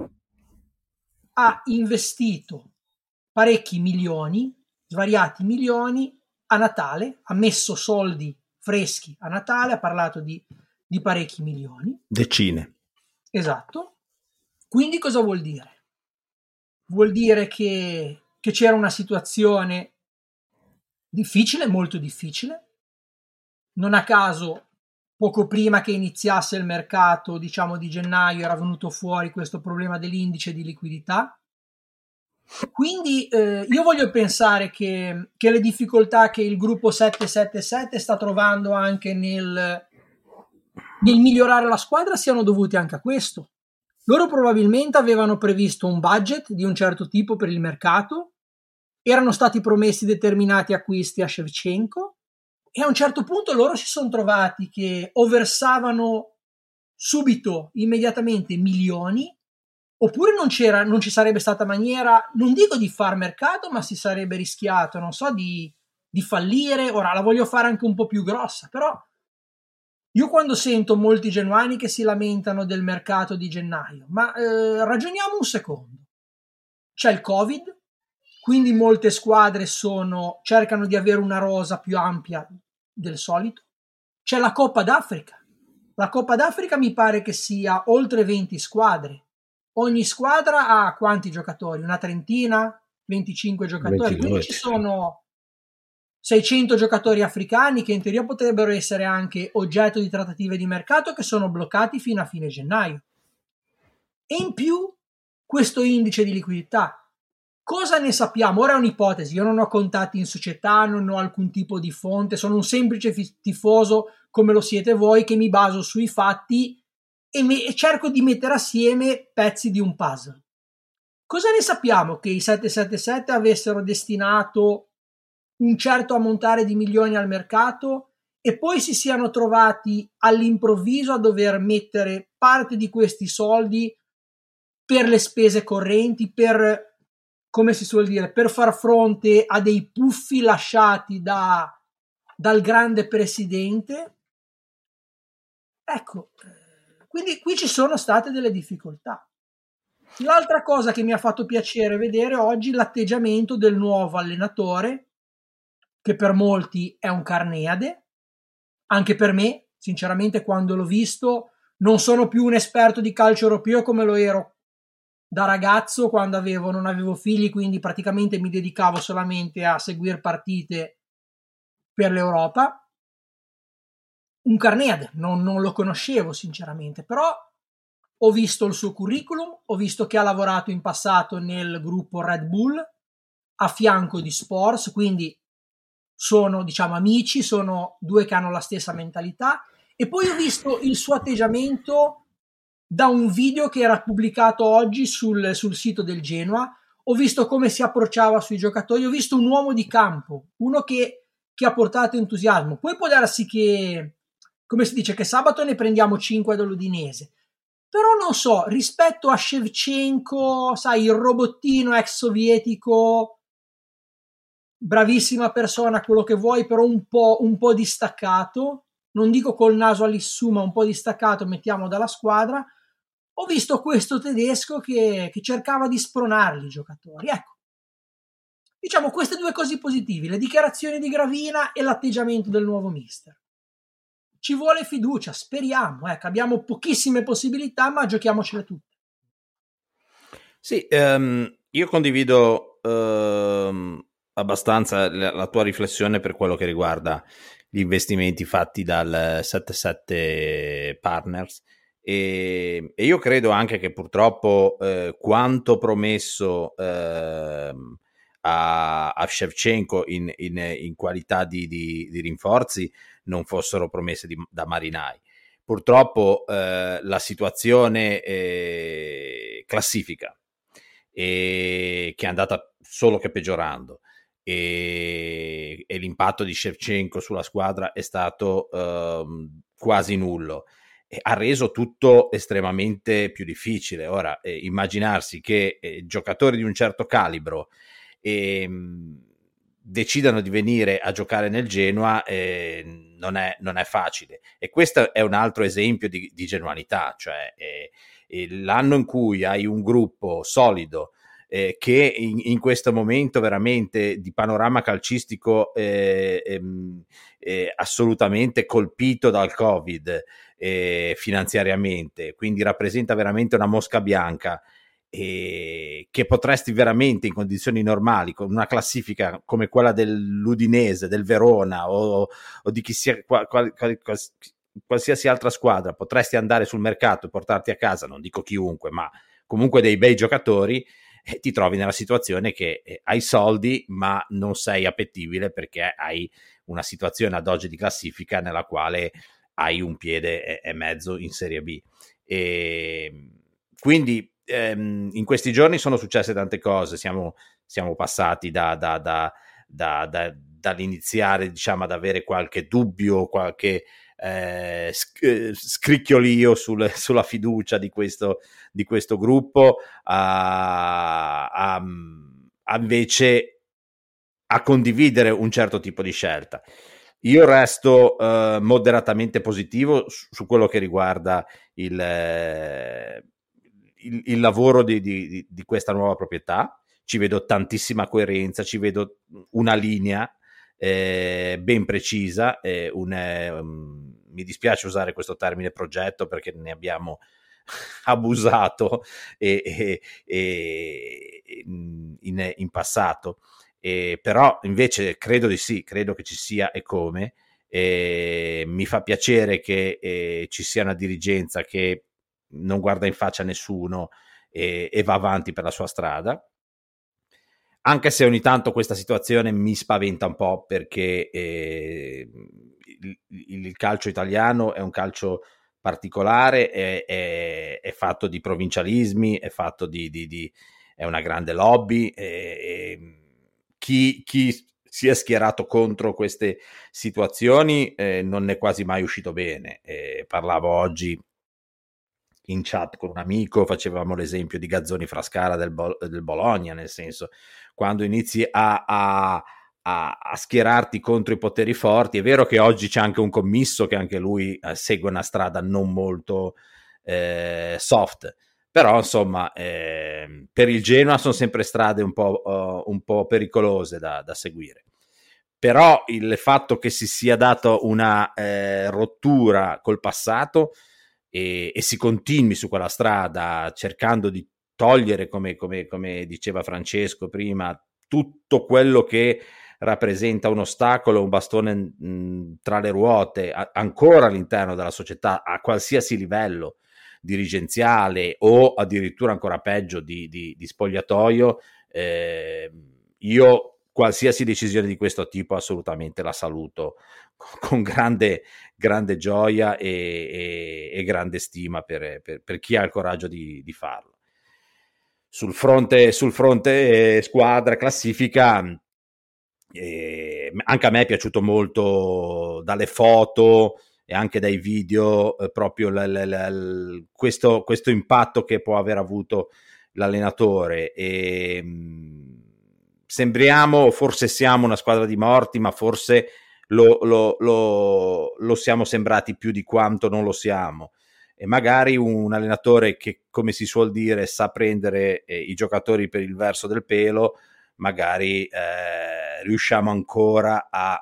ha investito parecchi milioni, svariati milioni a Natale, ha messo soldi freschi a Natale, ha parlato di parecchi milioni. Decine. Esatto. Quindi cosa vuol dire? Vuol dire che c'era una situazione difficile, molto difficile. Non a caso, poco prima che iniziasse il mercato, diciamo di gennaio, era venuto fuori questo problema dell'indice di liquidità. Quindi io voglio pensare che le difficoltà che il gruppo 777 sta trovando anche nel migliorare la squadra siano dovute anche a questo. Loro probabilmente avevano previsto un budget di un certo tipo per il mercato, erano stati promessi determinati acquisti a Shevchenko, e a un certo punto loro si sono trovati che o versavano subito, immediatamente, milioni, oppure non ci sarebbe stata maniera, non dico di far mercato, ma si sarebbe rischiato, non so, di fallire. Ora la voglio fare anche un po' più grossa, però io quando sento molti genuani che si lamentano del mercato di gennaio, ma ragioniamo un secondo. C'è il Covid, quindi molte squadre cercano di avere una rosa più ampia del solito. C'è la Coppa d'Africa. La Coppa d'Africa mi pare che sia oltre 20 squadre. Ogni squadra ha quanti giocatori? Una trentina? 25 giocatori? 22. Quindi ci sono 600 giocatori africani che in teoria potrebbero essere anche oggetto di trattative di mercato, che sono bloccati fino a fine gennaio. E in più questo indice di liquidità. Cosa ne sappiamo? Ora è un'ipotesi, io non ho contatti in società, non ho alcun tipo di fonte, sono un semplice tifoso come lo siete voi, che mi baso sui fatti e cerco di mettere assieme pezzi di un puzzle. Cosa ne sappiamo? Che i 777 avessero destinato un certo ammontare di milioni al mercato e poi si siano trovati all'improvviso a dover mettere parte di questi soldi per le spese correnti, per, come si suol dire, per far fronte a dei puffi lasciati dal grande presidente. Ecco, quindi qui ci sono state delle difficoltà. L'altra cosa che mi ha fatto piacere vedere oggi è l'atteggiamento del nuovo allenatore, che per molti è un Carneade, anche per me, sinceramente, quando l'ho visto, non sono più un esperto di calcio europeo come lo ero da ragazzo, quando non avevo figli, quindi praticamente mi dedicavo solamente a seguire partite per l'Europa. Un Carneade, non lo conoscevo sinceramente, però ho visto il suo curriculum, ho visto che ha lavorato in passato nel gruppo Red Bull a fianco di Spors, quindi sono, diciamo, amici, sono due che hanno la stessa mentalità. E poi ho visto il suo atteggiamento da un video che era pubblicato oggi sul sito del Genoa. Ho visto come si approcciava sui giocatori, ho visto un uomo di campo, uno che ha portato entusiasmo. Poi può darsi che, come si dice, che sabato ne prendiamo 5 dall'Udinese, però non so, rispetto a Shevchenko, sai, il robottino ex sovietico, bravissima persona, quello che vuoi, però un po' distaccato, non dico col naso all'issù, ma un po' distaccato, mettiamo, dalla squadra. Ho visto questo tedesco che cercava di spronarli i giocatori. Ecco, diciamo queste due cose positive, le dichiarazioni di Gravina e l'atteggiamento del nuovo mister. Ci vuole fiducia, speriamo, ecco, abbiamo pochissime possibilità, ma giochiamocele tutte. Sì, io condivido abbastanza la tua riflessione per quello che riguarda gli investimenti fatti dal 77 Partners e io credo anche che purtroppo quanto promesso a Shevchenko in qualità di rinforzi non fossero promesse da marinai. Purtroppo la situazione classifica che è andata solo che peggiorando e l'impatto di Shevchenko sulla squadra è stato quasi nullo. Ha reso tutto estremamente più difficile. Ora, immaginarsi che giocatori di un certo calibro decidano di venire a giocare nel Genoa non è facile, e questo è un altro esempio di genuinità, cioè l'anno in cui hai un gruppo solido che in questo momento veramente di panorama calcistico assolutamente colpito dal Covid finanziariamente, quindi rappresenta veramente una mosca bianca che potresti veramente in condizioni normali con una classifica come quella dell'Udinese, del Verona o di chi sia qualsiasi altra squadra, potresti andare sul mercato e portarti a casa, non dico chiunque, ma comunque dei bei giocatori, e ti trovi nella situazione che hai soldi ma non sei appetibile perché hai una situazione ad oggi di classifica nella quale hai un piede e mezzo in Serie B. E quindi in questi giorni sono successe tante cose, siamo passati dall'iniziare, diciamo, ad avere qualche dubbio, qualche scricchiolio sulla fiducia di questo gruppo a invece a condividere un certo tipo di scelta. Io resto moderatamente positivo su quello che riguarda il lavoro di questa nuova proprietà. Ci vedo tantissima coerenza, ci vedo una linea ben precisa, mi dispiace usare questo termine progetto perché ne abbiamo abusato in passato, però invece credo di sì, credo che ci sia e come. Mi fa piacere che ci sia una dirigenza che non guarda in faccia a nessuno e va avanti per la sua strada, anche se ogni tanto questa situazione mi spaventa un po' perché il calcio italiano è un calcio particolare, è fatto di provincialismi, è fatto è una grande lobby, chi si è schierato contro queste situazioni, non ne è quasi mai uscito bene. Parlavo oggi in chat con un amico, facevamo l'esempio di Gazzoni Frascara del Bologna, nel senso, quando inizi a schierarti contro i poteri forti, è vero che oggi c'è anche un commisso che anche lui segue una strada non molto soft, però insomma per il Genoa sono sempre strade un po' pericolose da seguire. Però il fatto che si sia dato una rottura col passato e si continui su quella strada cercando di togliere, come diceva Francesco prima, tutto quello che rappresenta un ostacolo, un bastone tra le ruote ancora all'interno della società a qualsiasi livello dirigenziale o addirittura ancora peggio di spogliatoio, io qualsiasi decisione di questo tipo assolutamente la saluto con grande gioia e grande stima per chi ha il coraggio di farlo. Sul fronte squadra, classifica, anche a me è piaciuto molto dalle foto e anche dai video proprio questo impatto che può aver avuto l'allenatore. Sembriamo, forse siamo una squadra di morti, ma forse lo siamo sembrati più di quanto non lo siamo, e magari un allenatore che, come si suol dire, sa prendere i giocatori per il verso del pelo, magari riusciamo ancora a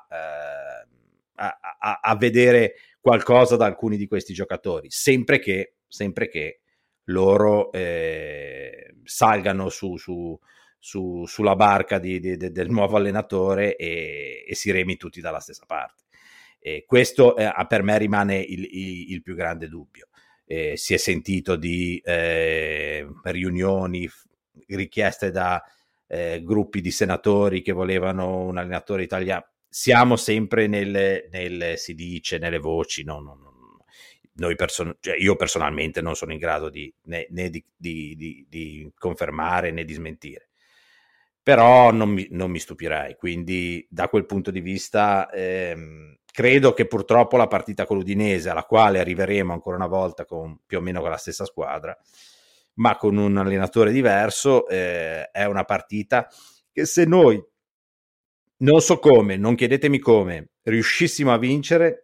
vedere qualcosa da alcuni di questi giocatori, sempre che loro salgano sulla barca del nuovo allenatore e si remi tutti dalla stessa parte. Questo per me rimane il più grande dubbio. Si è sentito di riunioni richieste da gruppi di senatori che volevano un allenatore italiano. Siamo sempre si dice, nelle voci, io personalmente non sono in grado né di confermare né di smentire, però non mi stupirei. Quindi da quel punto di vista credo che purtroppo la partita con l'Udinese, alla quale arriveremo ancora una volta più o meno con la stessa squadra, ma con un allenatore diverso, è una partita che se noi, non so come, non chiedetemi come, riuscissimo a vincere,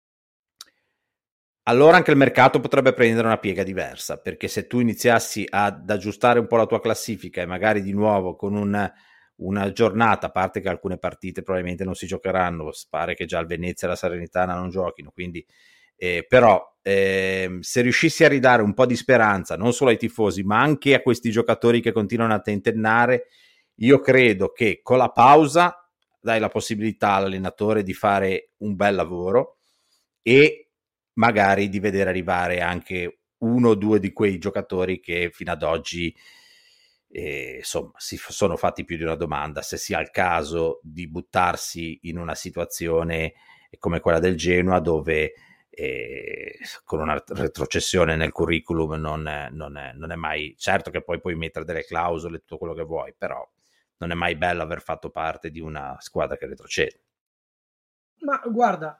allora anche il mercato potrebbe prendere una piega diversa, perché se tu iniziassi ad aggiustare un po' la tua classifica e magari di nuovo con una giornata, a parte che alcune partite probabilmente non si giocheranno, pare che già il Venezia e la Salernitana non giochino, quindi però se riuscissi a ridare un po' di speranza non solo ai tifosi ma anche a questi giocatori che continuano a tentennare, io credo che con la pausa dai la possibilità all'allenatore di fare un bel lavoro e magari di vedere arrivare anche uno o due di quei giocatori che fino ad oggi insomma si sono fatti più di una domanda se sia il caso di buttarsi in una situazione come quella del Genoa, dove con una retrocessione nel curriculum non è mai, certo che poi puoi mettere delle clausole, tutto quello che vuoi, però non è mai bello aver fatto parte di una squadra che retrocede. Ma guarda,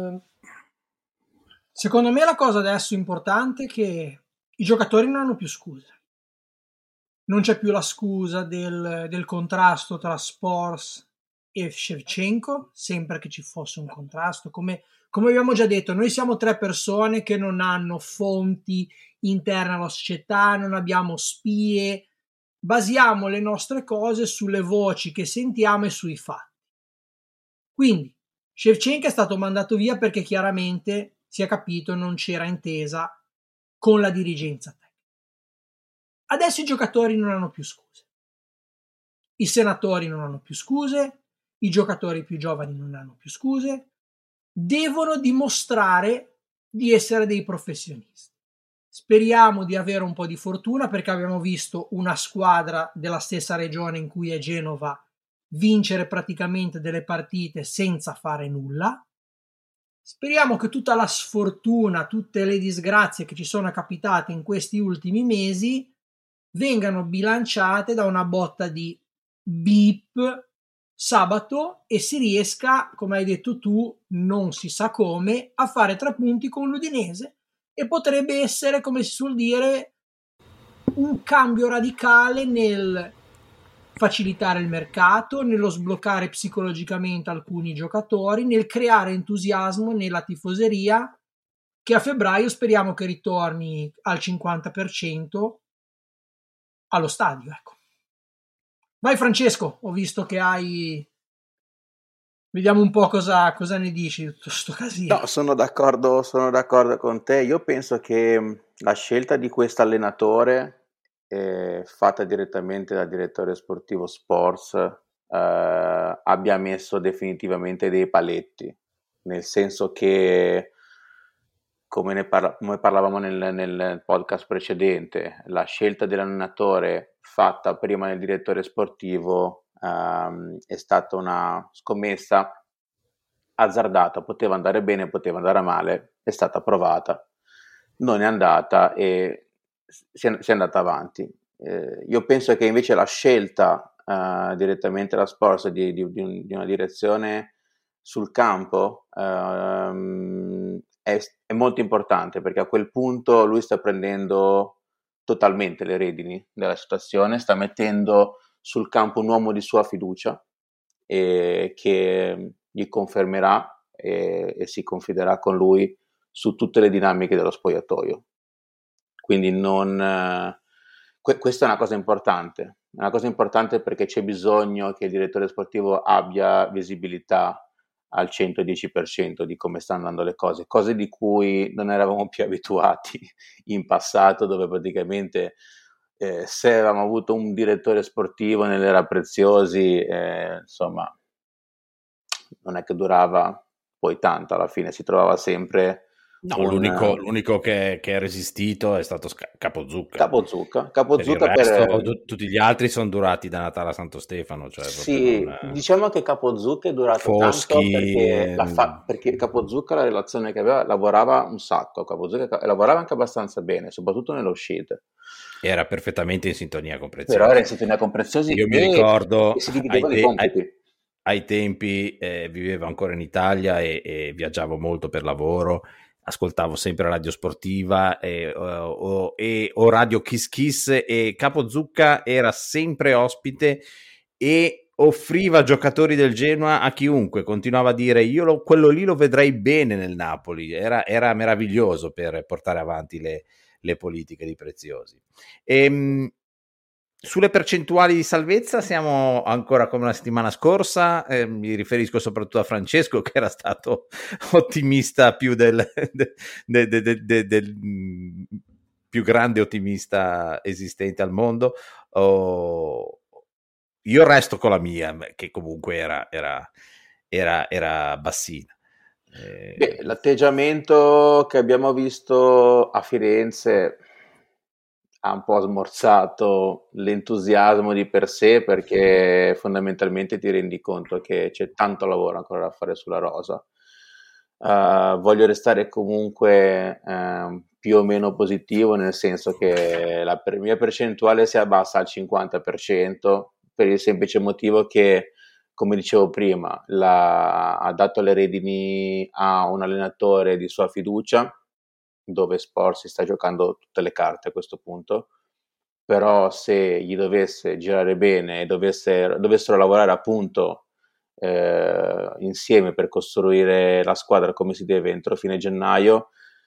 secondo me la cosa adesso importante è che i giocatori non hanno più scuse. Non c'è più la scusa del contrasto tra Spors e Shevchenko, sempre che ci fosse un contrasto. Come abbiamo già detto, noi siamo 3 persone che non hanno fonti interne alla società, non abbiamo spie, basiamo le nostre cose sulle voci che sentiamo e sui fatti. Quindi Shevchenko è stato mandato via perché chiaramente, si è capito, non c'era intesa con la dirigenza tecnica. Adesso i giocatori non hanno più scuse, i senatori non hanno più scuse, i giocatori più giovani non hanno più scuse, devono dimostrare di essere dei professionisti. Speriamo di avere un po' di fortuna, perché abbiamo visto una squadra della stessa regione in cui è Genova vincere praticamente delle partite senza fare nulla. Speriamo che tutta la sfortuna, tutte le disgrazie che ci sono capitate in questi ultimi mesi vengano bilanciate da una botta di beep sabato e si riesca, come hai detto tu, non si sa come, a fare 3 punti con l'Udinese, e potrebbe essere, come si suol dire, un cambio radicale nel facilitare il mercato, nello sbloccare psicologicamente alcuni giocatori, nel creare entusiasmo nella tifoseria, che a febbraio speriamo che ritorni al 50% allo stadio, ecco. Vai Francesco, ho visto che hai... Vediamo un po' cosa ne dici di tutto sto casino. No, sono d'accordo con te. Io penso che la scelta di questo allenatore, fatta direttamente dal direttore sportivo Sports, abbia messo definitivamente dei paletti, nel senso che, come parlavamo nel podcast precedente, la scelta dell'allenatore fatta prima del direttore sportivo è stata una scommessa azzardata, poteva andare bene, poteva andare male, è stata provata, non è andata e si è andata avanti. Io penso che invece la scelta direttamente da Sports di una direzione sul campo è molto importante, perché a quel punto lui sta prendendo totalmente le redini della situazione, sta mettendo sul campo un uomo di sua fiducia che gli confermerà e si confiderà con lui su tutte le dinamiche dello spogliatoio. Quindi questa è una cosa importante perché c'è bisogno che il direttore sportivo abbia visibilità al 110% di come stanno andando le cose di cui non eravamo più abituati in passato, dove praticamente se avevamo avuto un direttore sportivo nell'era Preziosi, insomma, non è che durava poi tanto, alla fine si trovava sempre... No, l'unico che è resistito è stato Capozzucca. Per il resto, tutti gli altri sono durati da Natale a Santo Stefano. Cioè sì, diciamo che Capozzucca è durato Foschi, tanto perché Capozzucca, la relazione che aveva, lavorava un sacco, Capozzucca lavorava anche abbastanza bene, soprattutto nelle uscite. Era perfettamente in sintonia con Preziosi. Però era in sintonia con Preziosi. Io mi ricordo e si dividevano i compiti. Ai tempi vivevo ancora in Italia e viaggiavo molto per lavoro. Ascoltavo sempre Radio Sportiva o Radio Kiss Kiss, e Capozzucca era sempre ospite e offriva giocatori del Genoa a chiunque. Continuava a dire quello lì lo vedrei bene nel Napoli. Era meraviglioso per portare avanti le politiche di Preziosi. Sulle percentuali di salvezza siamo ancora come la settimana scorsa. Mi riferisco soprattutto a Francesco, che era stato ottimista più del più grande ottimista esistente al mondo. Io resto con la mia, che comunque era bassina. L'atteggiamento che abbiamo visto a Firenze ha un po' smorzato l'entusiasmo di per sé, perché fondamentalmente ti rendi conto che c'è tanto lavoro ancora da fare sulla rosa. Voglio restare comunque più o meno positivo, nel senso che la mia percentuale si abbassa al 50%, per il semplice motivo che, come dicevo prima, ha dato le redini a un allenatore di sua fiducia, dove Sports si sta giocando tutte le carte a questo punto. Però se gli dovesse girare bene e dovessero lavorare appunto insieme per costruire la squadra come si deve entro fine gennaio,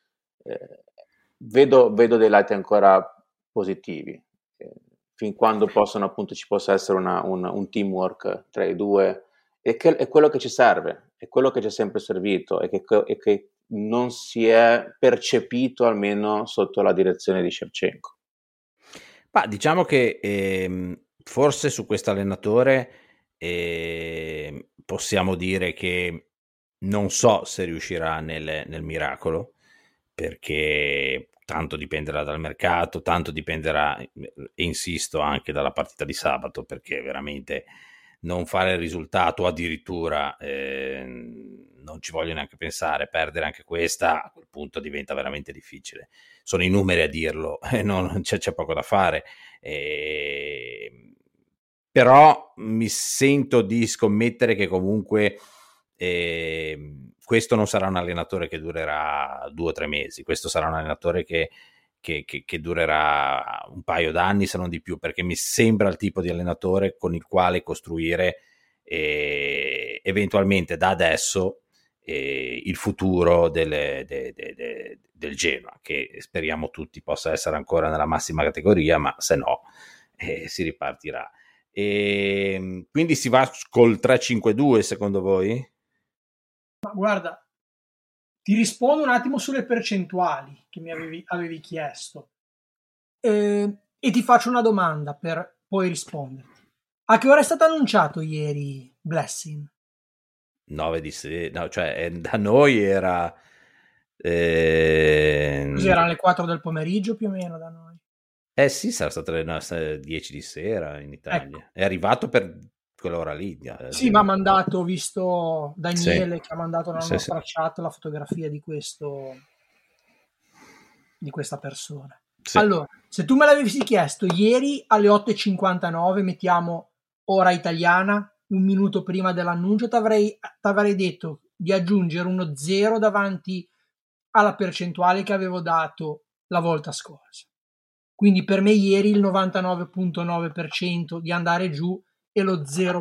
vedo dei lati ancora positivi, fin quando ci possa essere un teamwork tra i due, e che è quello che ci serve, è quello che ci è sempre servito e che non si è percepito almeno sotto la direzione di Shevchenko. Ma diciamo che forse su questo allenatore possiamo dire che non so se riuscirà nel miracolo, perché tanto dipenderà dal mercato, tanto dipenderà, e insisto, anche dalla partita di sabato, perché veramente non fare il risultato, addirittura non ci voglio neanche pensare, perdere anche questa, a quel punto diventa veramente difficile. Sono i numeri a dirlo, c'è poco da fare. però mi sento di scommettere che comunque questo non sarà un allenatore che durerà 2 o 3 mesi, questo sarà un allenatore che durerà un paio d'anni, se non di più, perché mi sembra il tipo di allenatore con il quale costruire eventualmente da adesso il futuro del Genoa, che speriamo tutti possa essere ancora nella massima categoria, ma se no si ripartirà. E quindi si va col 3-5-2 secondo voi? Ma guarda, ti rispondo un attimo sulle percentuali che mi avevi chiesto e ti faccio una domanda per poi risponderti. A che ora è stato annunciato ieri Blessing? 9 di sera, no, cioè da noi era così erano le 4 del pomeriggio più o meno da noi. Sì, sarà stato le 10 di sera in Italia. Ecco. È arrivato per quell'ora lì. Sì, ma ha mandato, visto Daniele, sì, che ha mandato nella nostra chat la fotografia di questa persona. Sì. Allora, se tu me l'avessi chiesto ieri alle 8:59, mettiamo ora italiana, un minuto prima dell'annuncio, t'avrei detto di aggiungere uno 0 davanti alla percentuale che avevo dato la volta scorsa. Quindi per me ieri il 99.9% di andare giù e lo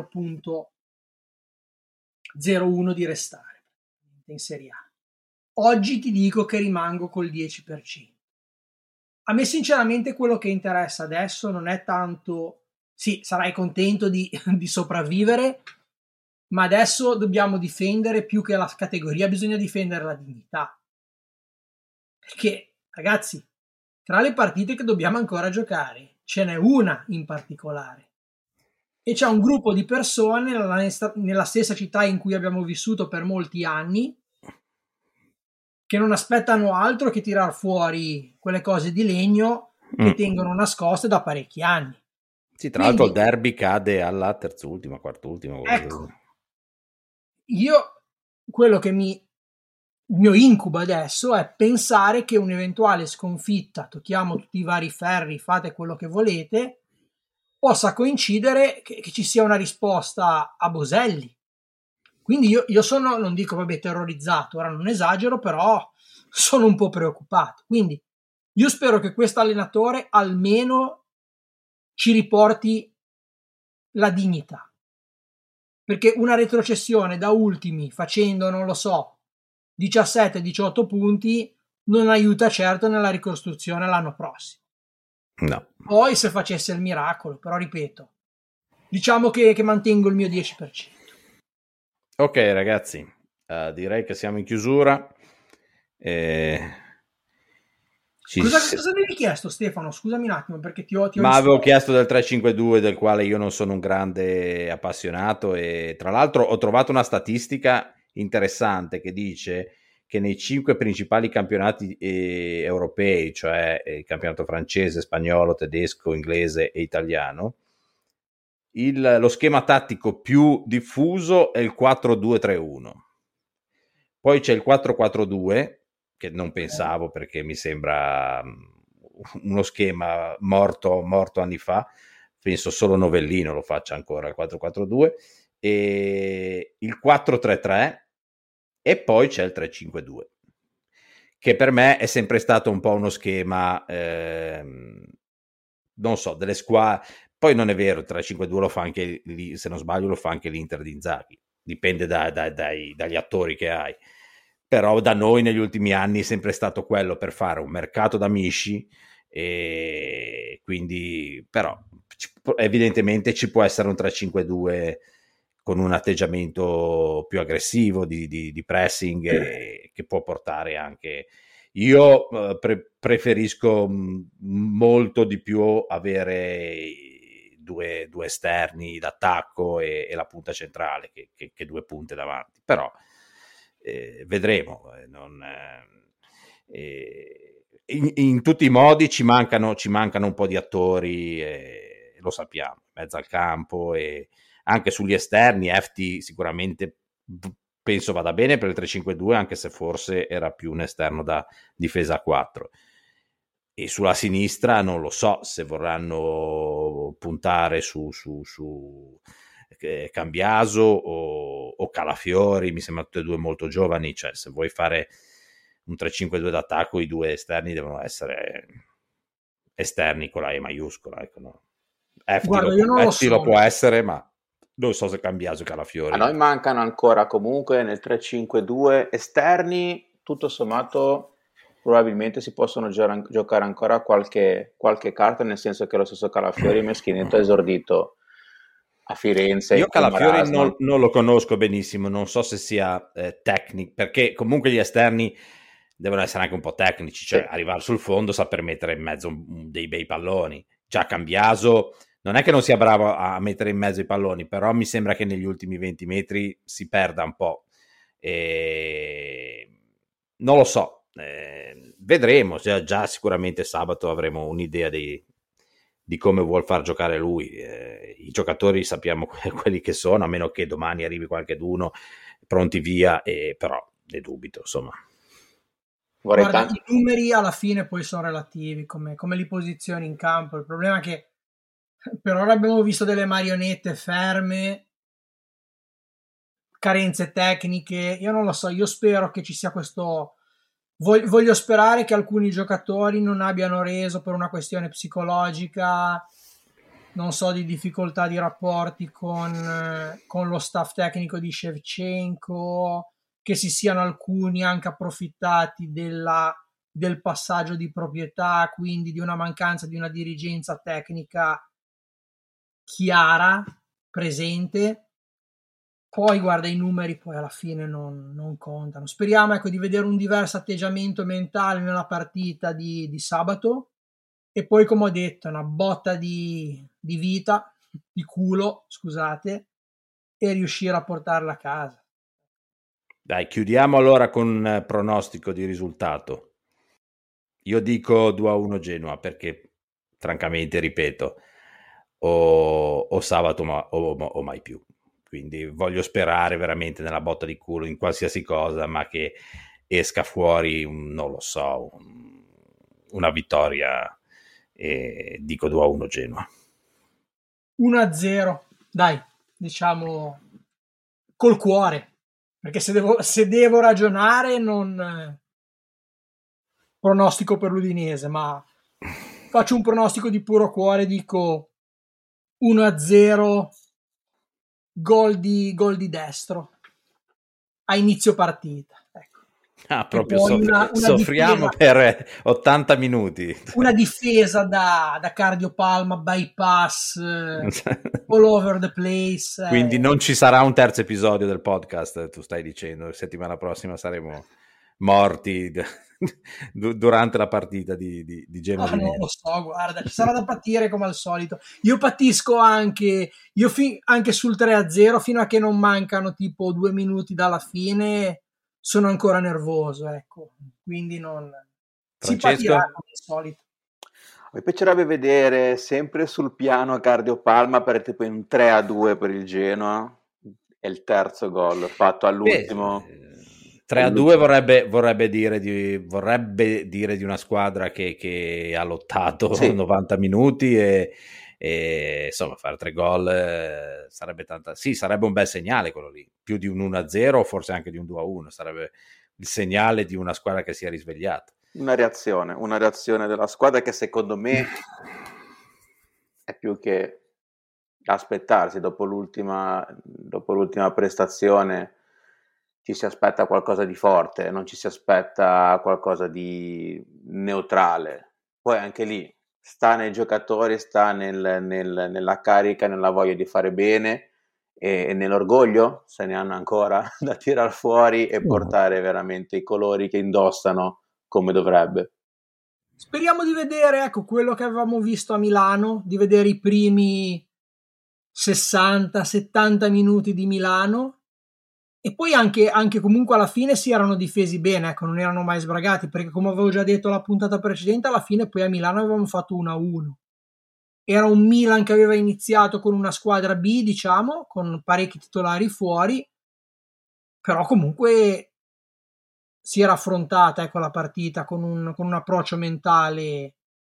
0.01 di restare in Serie A. Oggi ti dico che rimango col 10%. A me sinceramente quello che interessa adesso non è tanto... Sì, sarai contento di sopravvivere, ma adesso dobbiamo difendere più che la categoria, bisogna difendere la dignità. Perché, ragazzi, tra le partite che dobbiamo ancora giocare, ce n'è una in particolare. E c'è un gruppo di persone nella stessa città in cui abbiamo vissuto per molti anni che non aspettano altro che tirar fuori quelle cose di legno che tengono nascoste da parecchi anni. Sì, tra l'altro il derby cade alla terz'ultima, quart'ultima. Ecco, io quello che il mio incubo adesso è pensare che un'eventuale sconfitta, tocchiamo tutti i vari ferri, fate quello che volete, possa coincidere che ci sia una risposta a Boselli. Quindi io sono, non dico vabbè terrorizzato, ora non esagero, però sono un po' preoccupato. Quindi io spero che questo allenatore almeno ci riporti la dignità. Perché una retrocessione da ultimi facendo, non lo so, 17-18 punti non aiuta certo nella ricostruzione l'anno prossimo. No. Poi se facesse il miracolo, però ripeto, diciamo che mantengo il mio 10%. Ok ragazzi, direi che siamo in chiusura. Cosa avevi chiesto Stefano? Scusami un attimo perché ti ho avevo chiesto del 3-5-2 del quale io non sono un grande appassionato e tra l'altro ho trovato una statistica interessante che dice che nei 5 principali campionati europei, cioè il campionato francese, spagnolo, tedesco, inglese e italiano, lo schema tattico più diffuso è il 4-2-3-1. Poi c'è il 4-4-2 che non pensavo perché mi sembra uno schema morto anni fa, penso solo Novellino lo faccia ancora il 4-4-2, e il 4-3-3 e poi c'è il 3-5-2 che per me è sempre stato un po' uno schema non so, delle squadre, poi non è vero, il 3-5-2 lo fa anche lì, se non sbaglio lo fa anche l'Inter di Inzaghi, dipende dagli attori che hai. Però da noi negli ultimi anni è sempre stato quello per fare un mercato d'amici e quindi però evidentemente ci può essere un 3-5-2 con un atteggiamento più aggressivo di pressing che può portare anche... Io preferisco molto di più avere due esterni d'attacco e la punta centrale che 2 punte davanti, però vedremo. In tutti i modi ci mancano un po' di attori, lo sappiamo, in mezzo al campo e anche sugli esterni. Efti sicuramente penso vada bene per il 3-5-2, anche se forse era più un esterno da difesa a 4. E sulla sinistra non lo so se vorranno puntare su Cambiaso o Calafiori, mi sembra tutti e due molto giovani, cioè se vuoi fare un 3-5-2 d'attacco i due esterni devono essere esterni con la E maiuscola, ecco, no? Guarda, io non lo so. Lo può essere, ma non so se Cambiaso e Calafiori. A noi mancano ancora comunque nel 3-5-2 esterni, tutto sommato probabilmente si possono giocare ancora qualche carta, nel senso che lo stesso Calafiori Meschinetto ha esordito a Firenze. Io Calafiori non lo conosco benissimo, non so se sia tecnico, perché comunque gli esterni devono essere anche un po' tecnici, cioè arrivare sul fondo, saper mettere in mezzo dei bei palloni. Già Cambiaso non è che non sia bravo a mettere in mezzo i palloni, però mi sembra che negli ultimi 20 metri si perda un po'. Non lo so, vedremo, già sicuramente sabato avremo un'idea di come vuol far giocare lui. I giocatori sappiamo quelli che sono, a meno che domani arrivi qualcheduno pronti via, però ne dubito, insomma. Guarda, i numeri alla fine poi sono relativi, come li posizioni in campo. Il problema è che per ora abbiamo visto delle marionette ferme, carenze tecniche. Io non lo so, io spero che ci sia questo... Voglio sperare che alcuni giocatori non abbiano reso per una questione psicologica, non so, di difficoltà di rapporti con lo staff tecnico di Shevchenko, che si siano alcuni anche approfittati del passaggio di proprietà, quindi di una mancanza di una dirigenza tecnica chiara, presente. Poi guarda, i numeri poi alla fine non contano. Speriamo, ecco, di vedere un diverso atteggiamento mentale nella partita di sabato, e poi, come ho detto, una botta di vita, di culo, scusate, e riuscire a portarla a casa. Dai, chiudiamo allora con un pronostico di risultato. Io dico 2-1 Genoa, perché francamente, ripeto, o sabato o mai più. Quindi voglio sperare veramente nella botta di culo in qualsiasi cosa, ma che esca fuori, non lo so, una vittoria, e dico 2-1 Genoa. 1-0, dai, diciamo col cuore, perché se devo ragionare non pronostico per l'Udinese, ma faccio un pronostico di puro cuore, dico 1-0, gol di destro a inizio partita, ecco. Proprio soffriamo difesa, per 80 minuti. Una difesa da cardiopalma, bypass, all over the place. Quindi non ci sarà un terzo episodio del podcast, tu stai dicendo, settimana prossima saremo morti durante la partita di Genoa. Non lo so, guarda, ci sarà da patire come al solito. Io patisco anche sul 3-0, fino a che non mancano tipo 2 minuti dalla fine sono ancora nervoso, ecco, quindi non si patirà come al solito. Mi piacerebbe vedere sempre sul piano cardiopalma per tipo un 3-2 per il Genoa e il terzo gol fatto all'ultimo. 3-2 vorrebbe dire di una squadra che ha lottato 90 minuti e insomma fare 3 gol sarebbe un bel segnale, quello lì, più di un 1-0 o forse anche di un 2-1, sarebbe il segnale di una squadra che si è risvegliata. Una reazione della squadra che secondo me è più che aspettarsi dopo l'ultima prestazione. Ci si aspetta qualcosa di forte, non ci si aspetta qualcosa di neutrale. Poi anche lì sta nei giocatori, sta nella carica, nella voglia di fare bene e nell'orgoglio, se ne hanno ancora da tirar fuori e portare veramente i colori che indossano come dovrebbe. Speriamo di vedere, ecco, quello che avevamo visto a Milano, di vedere i primi 60-70 minuti di Milano. E poi anche comunque alla fine si erano difesi bene, ecco, non erano mai sbragati, perché come avevo già detto la puntata precedente, alla fine poi a Milano avevamo fatto 1-1. Era un Milan che aveva iniziato con una squadra B, diciamo, con parecchi titolari fuori, però comunque si era affrontata, ecco, la partita con un approccio mentale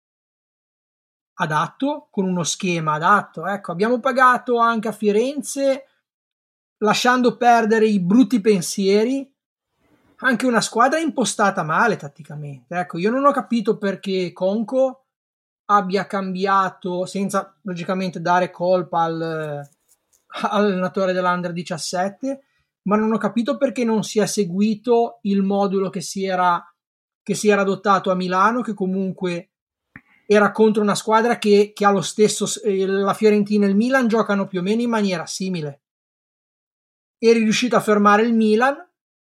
adatto, con uno schema adatto. Ecco, abbiamo pagato anche a Firenze, lasciando perdere i brutti pensieri, anche una squadra impostata male tatticamente. Ecco, io non ho capito perché Conco abbia cambiato, senza logicamente dare colpa all'allenatore dell'Under 17, ma non ho capito perché non si è seguito il modulo che si era adottato a Milano, che comunque era contro una squadra che ha lo stesso, la Fiorentina e il Milan giocano più o meno in maniera simile. Eri riuscito a fermare il Milan,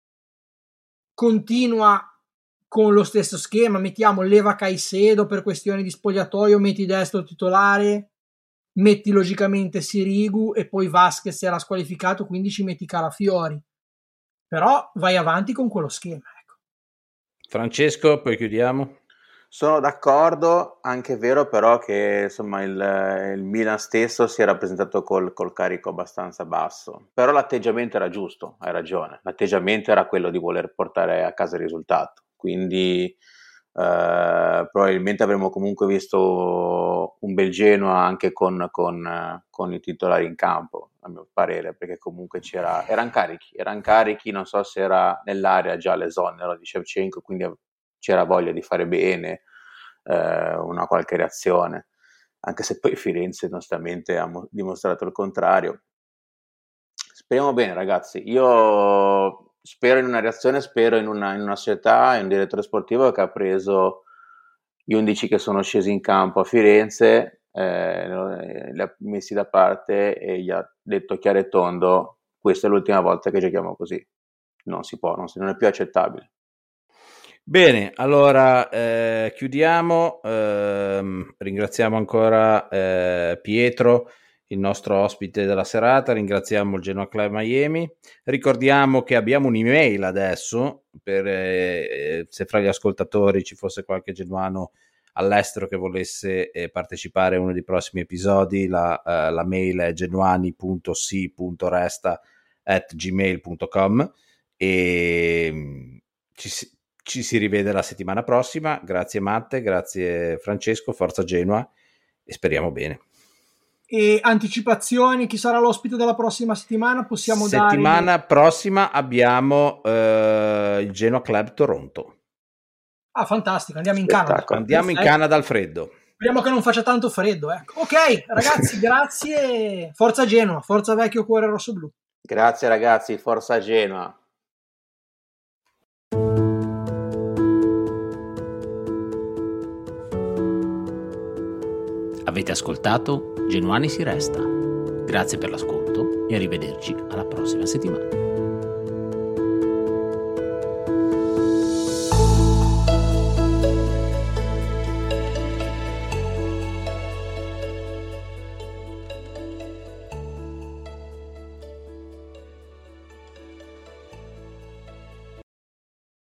continua con lo stesso schema, mettiamo leva Caicedo per questioni di spogliatoio, metti destro titolare, metti logicamente Sirigu e poi Vasquez era squalificato, quindi ci metti Calafiori, però vai avanti con quello schema, ecco. Francesco, poi chiudiamo. Sono d'accordo, anche è vero però che insomma il Milan stesso si era presentato col carico abbastanza basso, però l'atteggiamento era giusto, hai ragione, l'atteggiamento era quello di voler portare a casa il risultato, quindi probabilmente avremmo comunque visto un bel Genoa anche con i titolari in campo, a mio parere, perché comunque erano carichi, non so se era nell'area già l'esonero di Shevchenko, quindi c'era voglia di fare bene, una qualche reazione, anche se poi Firenze onestamente ha dimostrato il contrario. Speriamo bene, ragazzi. Io spero in una reazione, spero in una società, in un direttore sportivo che ha preso gli 11 che sono scesi in campo a Firenze, li ha messi da parte e gli ha detto chiaro e tondo: questa è l'ultima volta che giochiamo così, non si può, non è più accettabile. Bene, allora chiudiamo, ringraziamo ancora Pietro, il nostro ospite della serata, ringraziamo il Genoa Club Miami, ricordiamo che abbiamo un'email adesso per se fra gli ascoltatori ci fosse qualche genuano all'estero che volesse partecipare a uno dei prossimi episodi, la mail è genuani.si.resta@gmail.com e ci si rivede la settimana prossima. Grazie Matte, grazie Francesco, forza Genoa e speriamo bene. E anticipazioni, chi sarà l'ospite della prossima settimana? Settimana prossima abbiamo il Genoa Club Toronto. Ah, fantastico, andiamo in Canada. Andiamo in Canada al freddo. Speriamo che non faccia tanto freddo, ecco. Ok, ragazzi, grazie. Forza Genoa, forza vecchio cuore rosso-blu. Grazie ragazzi, forza Genoa. Avete ascoltato Genuani si resta. Grazie per l'ascolto e arrivederci alla prossima settimana.